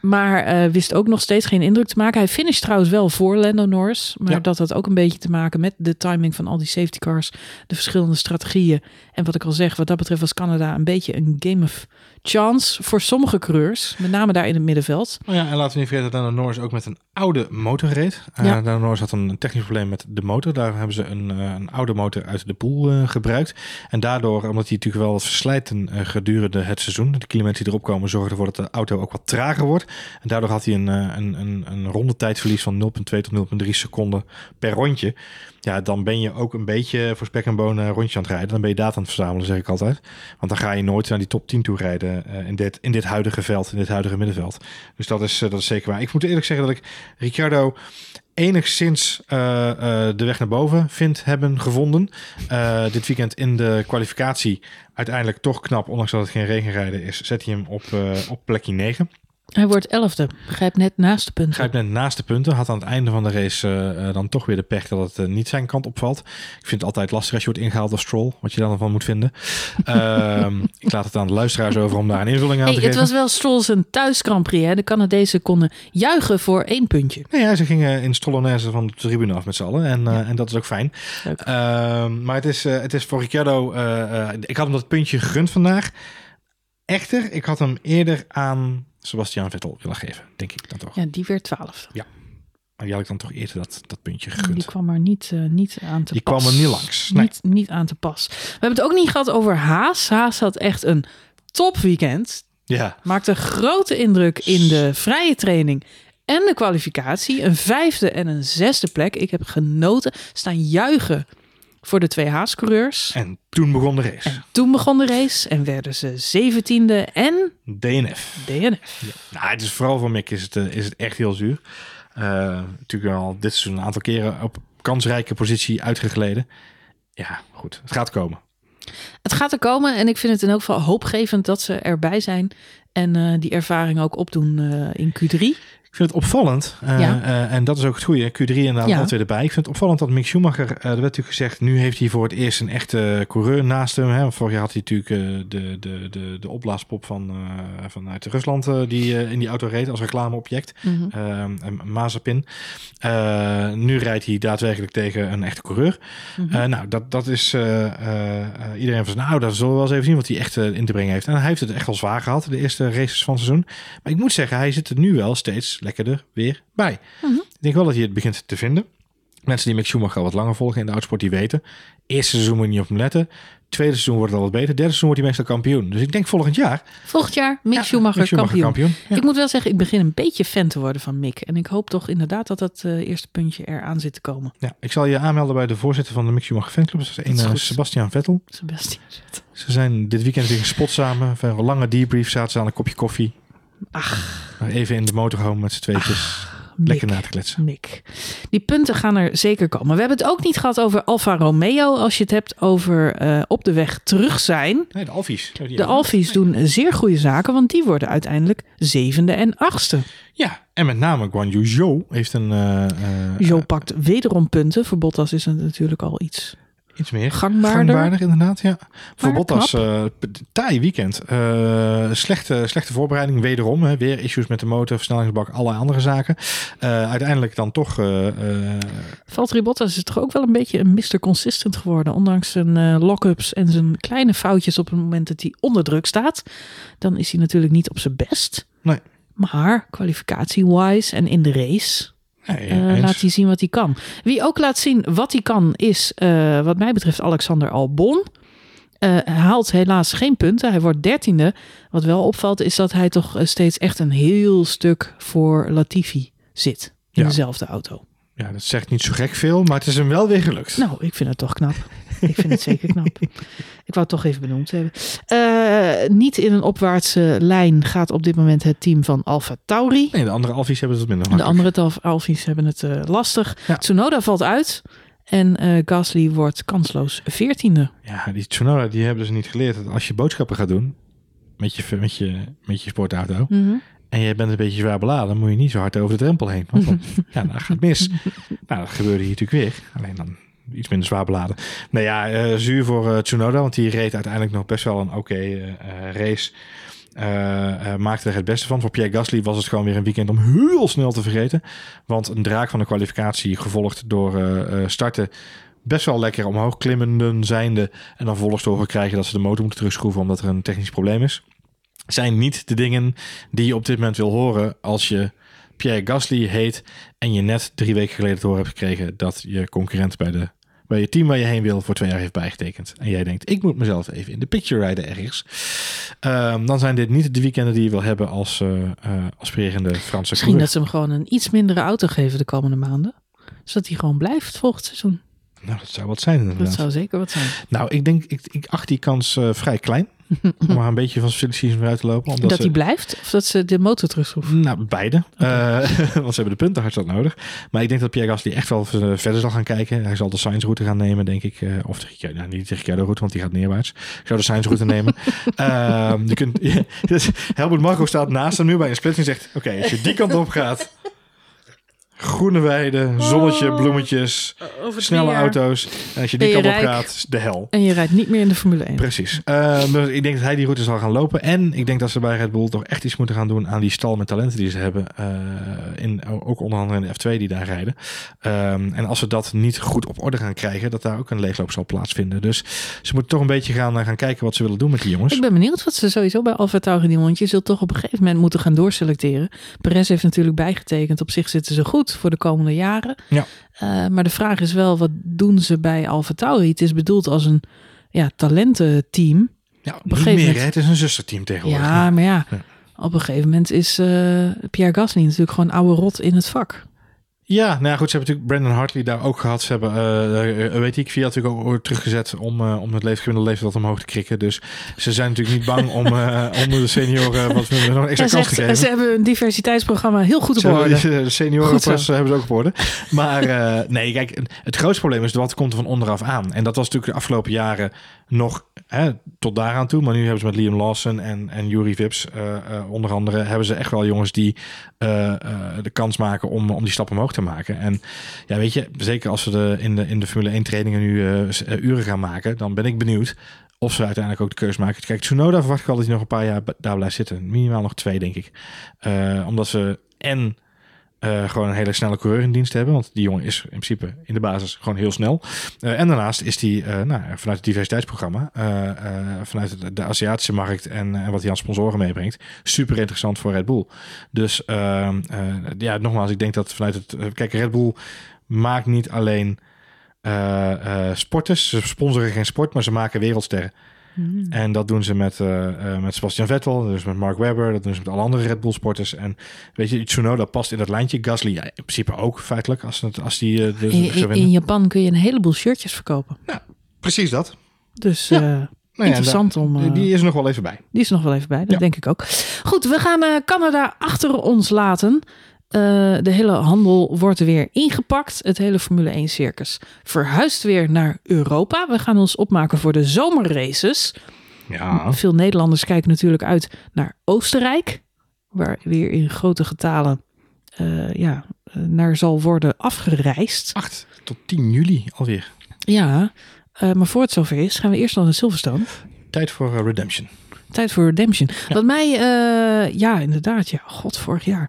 Maar uh, wist ook nog steeds geen indruk te maken. Hij finisht trouwens wel voor Lando Norris. Maar ja. dat had ook een beetje te maken met de timing van al die safety cars. De verschillende strategieën. En wat ik al zeg, wat dat betreft was Canada een beetje een game of chance voor sommige coureurs. Met name daar in het middenveld. Oh ja, en laten we niet vergeten dat Lando Norris ook met een oude motor reed. Uh, ja. Lando Norris had een technisch probleem met de motor. Daar hebben ze een, uh, een oude motor uit de pool uh, gebruikt. En daardoor, omdat hij natuurlijk wel wat verslijten uh, gedurende het seizoen. De kilometers die erop komen zorgen ervoor dat de auto ook wat trager wordt. En daardoor had hij een, een, een, een rondetijdverlies van nul komma twee tot nul komma drie seconden per rondje. Ja, dan ben je ook een beetje voor spek en bonen rondje aan het rijden. Dan ben je data aan het verzamelen, zeg ik altijd. Want dan ga je nooit naar die top tien toe rijden uh, in, dit, in dit huidige veld, in dit huidige middenveld. Dus dat is, uh, dat is zeker waar. Ik moet eerlijk zeggen dat ik Ricciardo enigszins uh, uh, de weg naar boven vind hebben gevonden. Uh, dit weekend in de kwalificatie uiteindelijk toch knap, ondanks dat het geen regenrijden is, zet hij hem op, uh, op plekje negen. Hij wordt elfde. Grijpt net naast de punten. Grijpt net naast de punten. Had aan het einde van de race uh, dan toch weer de pech dat het uh, niet zijn kant opvalt. Ik vind het altijd lastig als je wordt ingehaald als Stroll. Wat je daar dan van moet vinden. uh, ik laat het aan de luisteraars over om daar een invulling aan hey, te het geven. Het was wel Stroll zijn thuis Grand Prix. Hè? De Canadezen konden juichen voor één puntje. Nee, ja, ze gingen in Strollonese van de tribune af met z'n allen. En, uh, ja. en dat is ook fijn. Uh, maar het is, uh, het is voor Ricciardo... Uh, uh, ik had hem dat puntje gegund vandaag. Echter, ik had hem eerder aan Sebastian Vettel willen geven, denk ik dan toch. Ja, die werd twaalfde. Ja, maar die had ik dan toch eerder dat, dat puntje gegund. Die kwam er niet, uh, niet aan te die pas. Die kwam er niet langs. Nee. Niet, niet aan te pas. We hebben het ook niet gehad over Haas. Haas had echt een topweekend. Ja. Maakte grote indruk in de vrije training en de kwalificatie. Een vijfde en een zesde plek. Ik heb genoten. Staan juichen voor de twee Haas-coureurs. En toen begon de race. En toen begon de race en werden ze zeventiende en... D N F. D N F. Ja. Nou, het is vooral voor Mick is het, uh, is het echt heel zuur. Uh, natuurlijk al dit seizoen een aantal keren op kansrijke positie uitgegleden. Ja, goed. Het gaat komen. Het gaat er komen en ik vind het in elk geval hoopgevend dat ze erbij zijn. En uh, die ervaring ook opdoen uh, in Q drie. Ik vind het opvallend. Uh, ja. uh, en dat is ook het goede. Q drie inderdaad ja. altijd erbij. Ik vind het opvallend dat Mick Schumacher, uh, er werd natuurlijk gezegd, nu heeft hij voor het eerst een echte coureur naast hem. Hè? Vorig jaar had hij natuurlijk uh, de, de, de, de opblaaspop van, uh, vanuit Rusland uh, die uh, in die auto reed als reclameobject. Mm-hmm. Uh, Mazepin. Uh, nu rijdt hij daadwerkelijk tegen een echte coureur. Mm-hmm. Uh, nou, dat, dat is uh, uh, uh, iedereen van nou, dat zullen we wel eens even zien wat hij echt uh, in te brengen heeft. En hij heeft het echt wel zwaar gehad, de eerste races van het seizoen. Maar ik moet zeggen, hij zit er nu wel steeds lekkerder weer bij. Mm-hmm. Ik denk wel dat hij het begint te vinden. Mensen die Mick Schumacher al wat langer volgen in de autosport, die weten. Eerste seizoen moet je niet op hem letten. Tweede seizoen wordt het al wat beter. Derde seizoen wordt hij meestal kampioen. Dus ik denk volgend jaar. Volgend jaar Mick ja, Schumacher, Mick Schumacher kampioen. kampioen. Ja. Ik moet wel zeggen, ik begin een beetje fan te worden van Mick. En ik hoop toch inderdaad dat dat uh, eerste puntje eraan zit te komen. Ja, ik zal je aanmelden bij de voorzitter van de Mick Schumacher fanclub. Dat is een uh, Sebastian Vettel. Sebastian Vettel. Ze zijn dit weekend weer gespot samen. Voor een lange debrief zaten ze aan een kopje koffie. Ach. Even in de motorhome met z'n tweetjes. Ach. Lekker na te kletsen. Nick. Die punten gaan er zeker komen. We hebben het ook niet gehad over Alfa Romeo. Als je het hebt over uh, op de weg terug zijn. Nee, de Alfi's. De Alfi's doen zeer goede zaken. Want die worden uiteindelijk zevende en achtste. Ja, en met name Guan Yu Zhou heeft een... Uh, uh, Zhou pakt wederom punten. Voor Bottas is het natuurlijk al iets... Iets meer gangbaarder. gangbaarder inderdaad, ja. Voor Bottas, uh, taai weekend. Uh, slechte, slechte voorbereiding, wederom. Hè. Weer issues met de motor, versnellingsbak, alle andere zaken. Uh, uiteindelijk dan toch... Uh, uh... Valtteri Bottas is toch ook wel een beetje een mister Consistent geworden. Ondanks zijn uh, lock-ups en zijn kleine foutjes op het moment dat hij onder druk staat. Dan is hij natuurlijk niet op zijn best. Nee. Maar kwalificatie-wise en in de race... Nee, uh, laat hij zien wat hij kan. Wie ook laat zien wat hij kan is, uh, wat mij betreft, Alexander Albon. Uh, hij haalt helaas geen punten. Hij wordt dertiende. Wat wel opvalt is dat hij toch steeds echt een heel stuk voor Latifi zit. In ja. dezelfde auto. Ja, dat zegt niet zo gek veel, maar het is hem wel weer gelukt. Nou, ik vind het toch knap. Ik vind het zeker knap. Ik wou het toch even benoemd hebben. Uh, niet in een opwaartse lijn gaat op dit moment het team van AlphaTauri. Nee, de andere Alfi's hebben het minder makkelijk. De andere Alfi's hebben het uh, lastig. Ja. Tsunoda valt uit. En uh, Gasly wordt kansloos veertiende. Ja, die Tsunoda die hebben ze niet geleerd. Dat als je boodschappen gaat doen met je, met je, met je sportauto... Mm-hmm. En je bent een beetje zwaar beladen, dan moet je niet zo hard over de drempel heen. Want dan, ja, dan gaat het mis. Nou, dat gebeurde hier natuurlijk weer. Alleen dan iets minder zwaar beladen. Nou ja, uh, zuur voor uh, Tsunoda, want die reed uiteindelijk nog best wel een oké okay, uh, race. uh, uh, maakte er het beste van. Voor Pierre Gasly was het gewoon weer een weekend om heel snel te vergeten. Want een draak van de kwalificatie gevolgd door uh, uh, starten... best wel lekker omhoog klimmenden zijnde... en dan vervolgens te horen krijgen dat ze de motor moeten terugschroeven... omdat er een technisch probleem is. Zijn niet de dingen die je op dit moment wil horen... als je Pierre Gasly heet... en je net drie weken geleden te horen hebt gekregen... dat je concurrent bij, de, bij je team waar je heen wil... voor twee jaar heeft bijgetekend. En jij denkt, ik moet mezelf even in de picture rijden ergens. Um, dan zijn dit niet de weekenden die je wil hebben... als uh, uh, aspirerende Franse Misschien coureur. dat ze hem gewoon een iets mindere auto geven de komende maanden. Zodat hij gewoon blijft volgend seizoen. Nou, dat zou wat zijn inderdaad. Dat zou zeker wat zijn. Nou, ik denk, ik, ik acht die kans uh, vrij klein. Om maar een beetje van silly season weer uit te lopen. Omdat dat ze, hij blijft? Of dat ze de motor terugschroeven? Nou, beide. Okay. Uh, want ze hebben de punten hartstikke nodig. Maar ik denk dat Pierre Gasly echt wel verder zal gaan kijken. Hij zal de Sainz-route gaan nemen, denk ik. Uh, of de Ricciardo, nou, niet de Ricciardo-route, want die gaat neerwaarts. Ik zou de Sainz-route nemen. Uh, je kunt, ja, dus Helmut Marko staat naast hem nu bij een splitsing en zegt... Oké, okay, als je die kant op gaat... Groene weiden, zonnetje, oh, bloemetjes, snelle auto's. En als je die kant op gaat, de hel. En je rijdt niet meer in de Formule één. Precies. Uh, dus ik denk dat hij die route zal gaan lopen. En ik denk dat ze bij Red Bull toch echt iets moeten gaan doen aan die stal met talenten die ze hebben. Uh, in, ook onder andere in de F twee die daar rijden. Um, en als ze dat niet goed op orde gaan krijgen, dat daar ook een leegloop zal plaatsvinden. Dus ze moeten toch een beetje gaan, gaan kijken wat ze willen doen met die jongens. Ik ben benieuwd wat ze sowieso bij AlphaTauri doen. Want je zult toch op een gegeven moment moeten gaan doorselecteren. Perez heeft natuurlijk bijgetekend. Op zich zitten ze goed voor de komende jaren. Ja. Uh, maar de vraag is wel, wat doen ze bij AlphaTauri? Het is bedoeld als een ja, talententeam. Ja, op een niet meer, moment... Het is een zusterteam tegenwoordig. Ja, maar ja, ja. op een gegeven moment is uh, Pierre Gasly natuurlijk gewoon oude rot in het vak. Ja, nou ja, goed, ze hebben natuurlijk Brandon Hartley daar ook gehad. Ze hebben, uh, weet ik, via natuurlijk ook teruggezet om, uh, om het gemiddelde leeftijd omhoog te krikken. Dus ze zijn natuurlijk niet bang om, uh, om de senioren wat nog een extra kans te geven. Ze hebben een diversiteitsprogramma heel goed op orde. De seniorenpas hebben ze ook op orde. Maar uh, nee, kijk, het grootste probleem is wat komt er van onderaf aan. En dat was natuurlijk de afgelopen jaren nog hè, tot daaraan toe. Maar nu hebben ze met Liam Lawson en, en Juri Vips uh, uh, onder andere, hebben ze echt wel jongens die uh, uh, de kans maken om, om die stap omhoog te maken. En ja, weet je, zeker als we de, in, de, in de Formule één trainingen nu uh, uren gaan maken, dan ben ik benieuwd of ze uiteindelijk ook de keuze maken. Kijk, Tsunoda verwacht ik al dat hij nog een paar jaar daar blijft zitten. Minimaal nog twee, denk ik. Uh, omdat ze en uh, gewoon een hele snelle coureur in dienst hebben. Want die jongen is in principe in de basis gewoon heel snel. Uh, en daarnaast is die uh, nou, vanuit het diversiteitsprogramma, uh, uh, vanuit de, de Aziatische markt en uh, wat hij aan sponsoren meebrengt, super interessant voor Red Bull. Dus uh, uh, ja, nogmaals, ik denk dat vanuit het... Uh, kijk, Red Bull maakt niet alleen uh, uh, sporters. Ze sponsoren geen sport, maar ze maken wereldsterren. Mm. En dat doen ze met, uh, uh, met Sebastian Vettel, dus met Mark Webber, dat doen ze met alle andere Red Bull sporters. En weet je, Tsunoda past in dat lijntje. Gasly, ja, in principe ook feitelijk, als, het, als die uh, dus in, in, in Japan kun je een heleboel shirtjes verkopen. Ja, precies dat. Dus ja. uh, nou ja, interessant daar, om... Uh, die is er nog wel even bij. Die is er nog wel even bij, dat ja. denk ik ook. Goed, we gaan uh, Canada achter ons laten. Uh, de hele handel wordt weer ingepakt. Het hele Formule één circus verhuist weer naar Europa. We gaan ons opmaken voor de zomerraces. Ja. Veel Nederlanders kijken natuurlijk uit naar Oostenrijk, waar weer in grote getalen uh, ja, naar zal worden afgereisd. acht tot tien juli alweer. Ja, uh, maar voor het zover is, gaan we eerst nog naar Silverstone. Tijd voor uh, Redemption. Tijd voor Redemption. Ja. Wat mij, uh, ja inderdaad, ja, god, vorig jaar...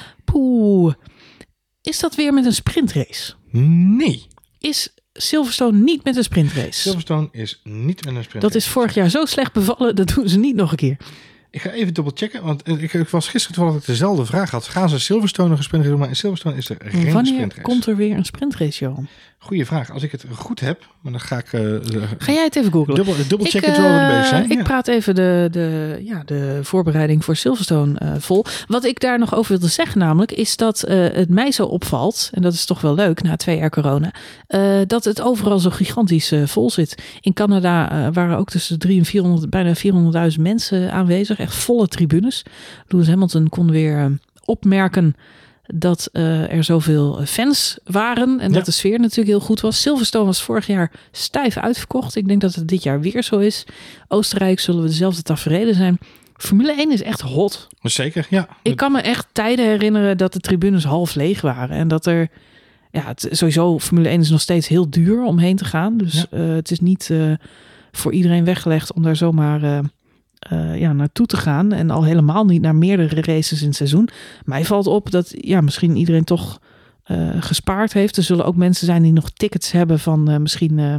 Poeh. Is dat weer met een sprintrace? Nee. Is Silverstone niet met een sprintrace? Silverstone is niet met een sprintrace. Dat is vorig jaar zo slecht bevallen, dat doen ze niet nog een keer. Ik ga even dubbelchecken, want ik, ik was gisteren toevallig dat ik dezelfde vraag had. Gaan ze Silverstone nog een sprintrace doen? Maar in Silverstone is er geen Wanneer sprintrace. Wanneer komt er weer een sprintrace, Johan? Goeie vraag. Als ik het goed heb, maar dan ga ik... Uh, ga jij het even googlen? Dubbel, dubbelchecken terwijl we er bezig zijn. Ik ja. praat even de, de, ja, de voorbereiding voor Silverstone uh, vol. Wat ik daar nog over wilde zeggen namelijk, is dat uh, het mij zo opvalt, en dat is toch wel leuk na twee jaar corona, uh, dat het overal zo gigantisch uh, vol zit. In Canada uh, waren ook tussen drie en vierhonderd, bijna vierhonderdduizend mensen aanwezig. Echt volle tribunes. Lewis Hamilton kon weer uh, opmerken dat uh, er zoveel fans waren en ja. dat de sfeer natuurlijk heel goed was. Silverstone was vorig jaar stijf uitverkocht. Ik denk dat het dit jaar weer zo is. Oostenrijk zullen we dezelfde taferelen zijn. Formule één is echt hot. Zeker, ja. Ik kan me echt tijden herinneren dat de tribunes half leeg waren. En dat er, ja, het, sowieso Formule één is nog steeds heel duur om heen te gaan. Dus ja. uh, het is niet uh, voor iedereen weggelegd om daar zomaar... Uh, uh, ja, naartoe te gaan. En al helemaal niet naar meerdere races in het seizoen. Mij valt op dat ja, misschien iedereen toch uh, gespaard heeft. Er zullen ook mensen zijn die nog tickets hebben van uh, misschien uh,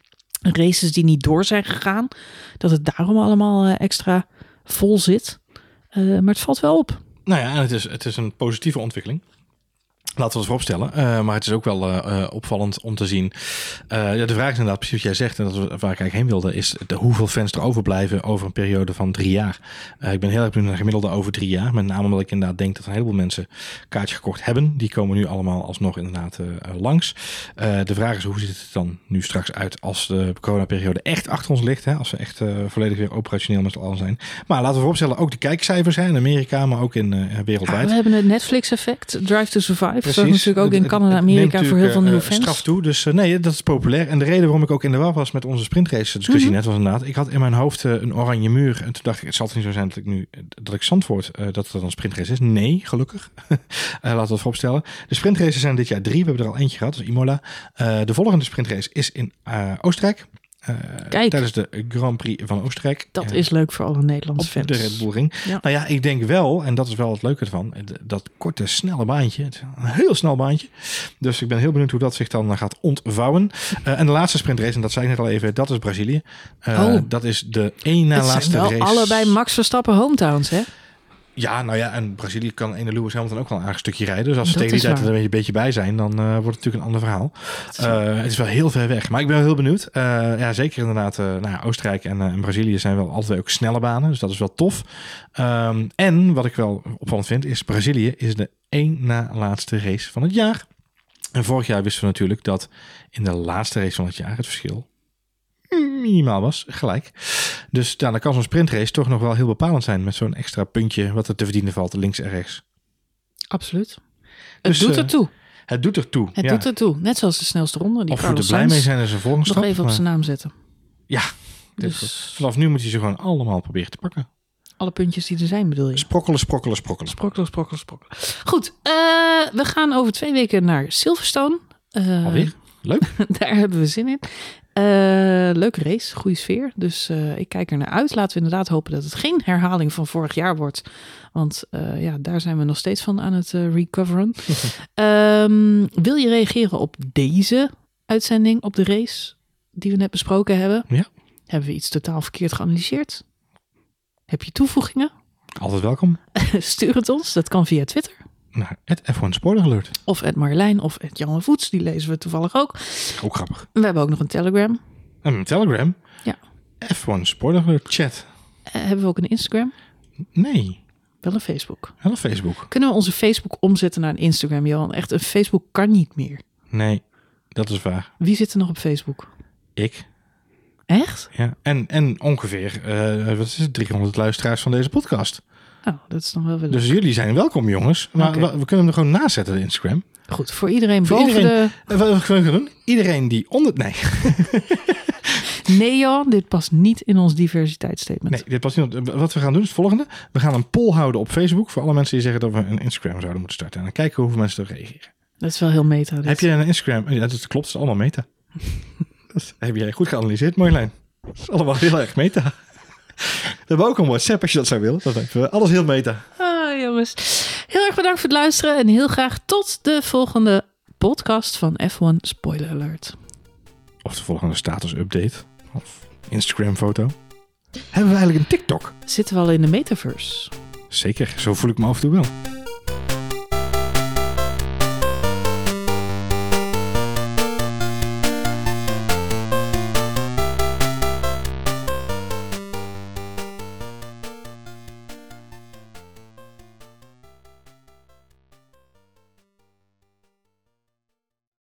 races die niet door zijn gegaan. Dat het daarom allemaal uh, extra vol zit. Uh, maar het valt wel op. Nou ja, en het is, het is een positieve ontwikkeling. Laten we het vooropstellen. Uh, maar het is ook wel uh, uh, opvallend om te zien. Uh, ja, de vraag is inderdaad precies wat jij zegt. En dat is waar ik eigenlijk heen wilde. Is de, hoeveel fans er overblijven over een periode van drie jaar. Uh, ik ben heel erg benieuwd naar gemiddelde over drie jaar. Met name omdat ik inderdaad denk dat een heleboel mensen kaartje gekocht hebben. Die komen nu allemaal alsnog inderdaad uh, langs. Uh, de vraag is hoe ziet het dan nu straks uit als de coronaperiode echt achter ons ligt. Hè? Als we echt uh, volledig weer operationeel met z'n allen zijn. Maar laten we vooropstellen ook de kijkcijfers zijn in Amerika. Maar ook in uh, wereldwijd. Ja, we hebben het Netflix effect. Drive to Survive. Precies. Dat is natuurlijk ook in Canada en Amerika voor heel veel nieuwe fans. Straf toe. Dus uh, nee, dat is populair. En de reden waarom ik ook in de war was met onze sprintrace discussie mm-hmm. net was inderdaad. Ik had in mijn hoofd uh, een oranje muur. En toen dacht ik, het zal het niet zo zijn dat ik nu dat ik Zandvoort, uh, dat het een sprintrace is. Nee, gelukkig. uh, laten we het vooropstellen. De sprintraces zijn dit jaar drie. We hebben er al eentje gehad, dat is Imola. Uh, de volgende sprintrace is in uh, Oostenrijk. Uh, tijdens de Grand Prix van Oostenrijk. Dat uh, is leuk voor alle Nederlandse fans. De Red Bull Ring. Ja. Nou ja, ik denk wel, en dat is wel het leuke ervan, dat korte, snelle baantje. Het is een heel snel baantje. Dus ik ben heel benieuwd hoe dat zich dan gaat ontvouwen. Uh, en de laatste sprintrace, en dat zei ik net al even, dat is Brazilië. Uh, oh. Dat is de één na laatste race. Het zijn wel allebei Max Verstappen hometowns, hè? Ja, nou ja, en Brazilië kan ene Lewis Hamilton ook wel een aardig stukje rijden. Dus als ze tegen die tijd er een beetje bij zijn, dan uh, wordt het natuurlijk een ander verhaal. Uh, het is wel heel ver weg, maar ik ben wel heel benieuwd. Uh, ja, zeker inderdaad, uh, nou ja, Oostenrijk en, uh, en Brazilië zijn wel altijd ook snelle banen, dus dat is wel tof. Um, en wat ik wel opvallend vind, is Brazilië is de één na laatste race van het jaar. En vorig jaar wisten we natuurlijk dat in de laatste race van het jaar het verschil minimaal was, gelijk. Dus ja, dan kan zo'n sprintrace toch nog wel heel bepalend zijn met zo'n extra puntje wat er te verdienen valt, links en rechts. Absoluut. Het dus, doet ertoe. Uh, het doet ertoe. Het ja. doet ertoe. Net zoals de snelste ronde. Die of we er blij mee zijn is een volgende nog stap. Nog even op zijn naam zetten. Ja. Dus vanaf nu moet je ze gewoon allemaal proberen te pakken. Alle puntjes die er zijn, bedoel je? Sprokkelen, sprokkelen, sprokkelen. Sprokkelen, sprokkelen, sprokkelen. Goed, uh, we gaan over twee weken naar Silverstone. Uh, Alweer? Leuk. Daar hebben we zin in. Uh, leuke race, goede sfeer. Dus uh, ik kijk er naar uit. Laten we inderdaad hopen dat het geen herhaling van vorig jaar wordt. Want uh, ja, daar zijn we nog steeds van aan het uh, recoveren. um, wil je reageren op deze uitzending, op de race die we net besproken hebben? Ja. Hebben we iets totaal verkeerd geanalyseerd? Heb je toevoegingen? Altijd welkom. Stuur het ons. Dat kan via Twitter. Nou, het F één Spoiler Alert. Of het Marjolein of het Jan Voets. Die lezen we toevallig ook. Ook grappig. We hebben ook nog een Telegram. En een Telegram? Ja. F één Spoiler Alert chat. Uh, hebben we ook een Instagram? Nee. Wel een Facebook. Wel een Facebook. Kunnen we onze Facebook omzetten naar een Instagram, Johan? Echt, een Facebook kan niet meer. Nee, dat is waar. Wie zit er nog op Facebook? Ik. Echt? Ja, en, en ongeveer, uh, wat is het, driehonderd luisteraars van deze podcast. Oh, dat is nog wel willen. Dus jullie zijn welkom, jongens. Maar okay. we, we kunnen hem er gewoon naast zetten, de Instagram. Goed, voor iedereen voor boven iedereen, de... Wat we gaan doen? Iedereen die onder... Nee. Nee, Johan, dit past niet in ons diversiteitsstatement. Nee, dit past niet. Wat we gaan doen is het volgende. We gaan een poll houden op Facebook voor alle mensen die zeggen dat we een Instagram zouden moeten starten. En dan kijken hoeveel mensen er reageren. Dat is wel heel meta. Dit. Heb je een Instagram? Ja, dat klopt. Het is allemaal meta. Dat heb jij goed geanalyseerd, Marjolein. Dat is allemaal heel erg meta. We hebben ook een WhatsApp als je dat zou willen. Dat hebben alles heel meta. Ah, jongens. Heel erg bedankt voor het luisteren. En heel graag tot de volgende podcast van F één Spoiler Alert. Of de volgende status update. Of Instagram foto. Hebben we eigenlijk een TikTok? Zitten we al in de metaverse? Zeker, zo voel ik me af en toe wel.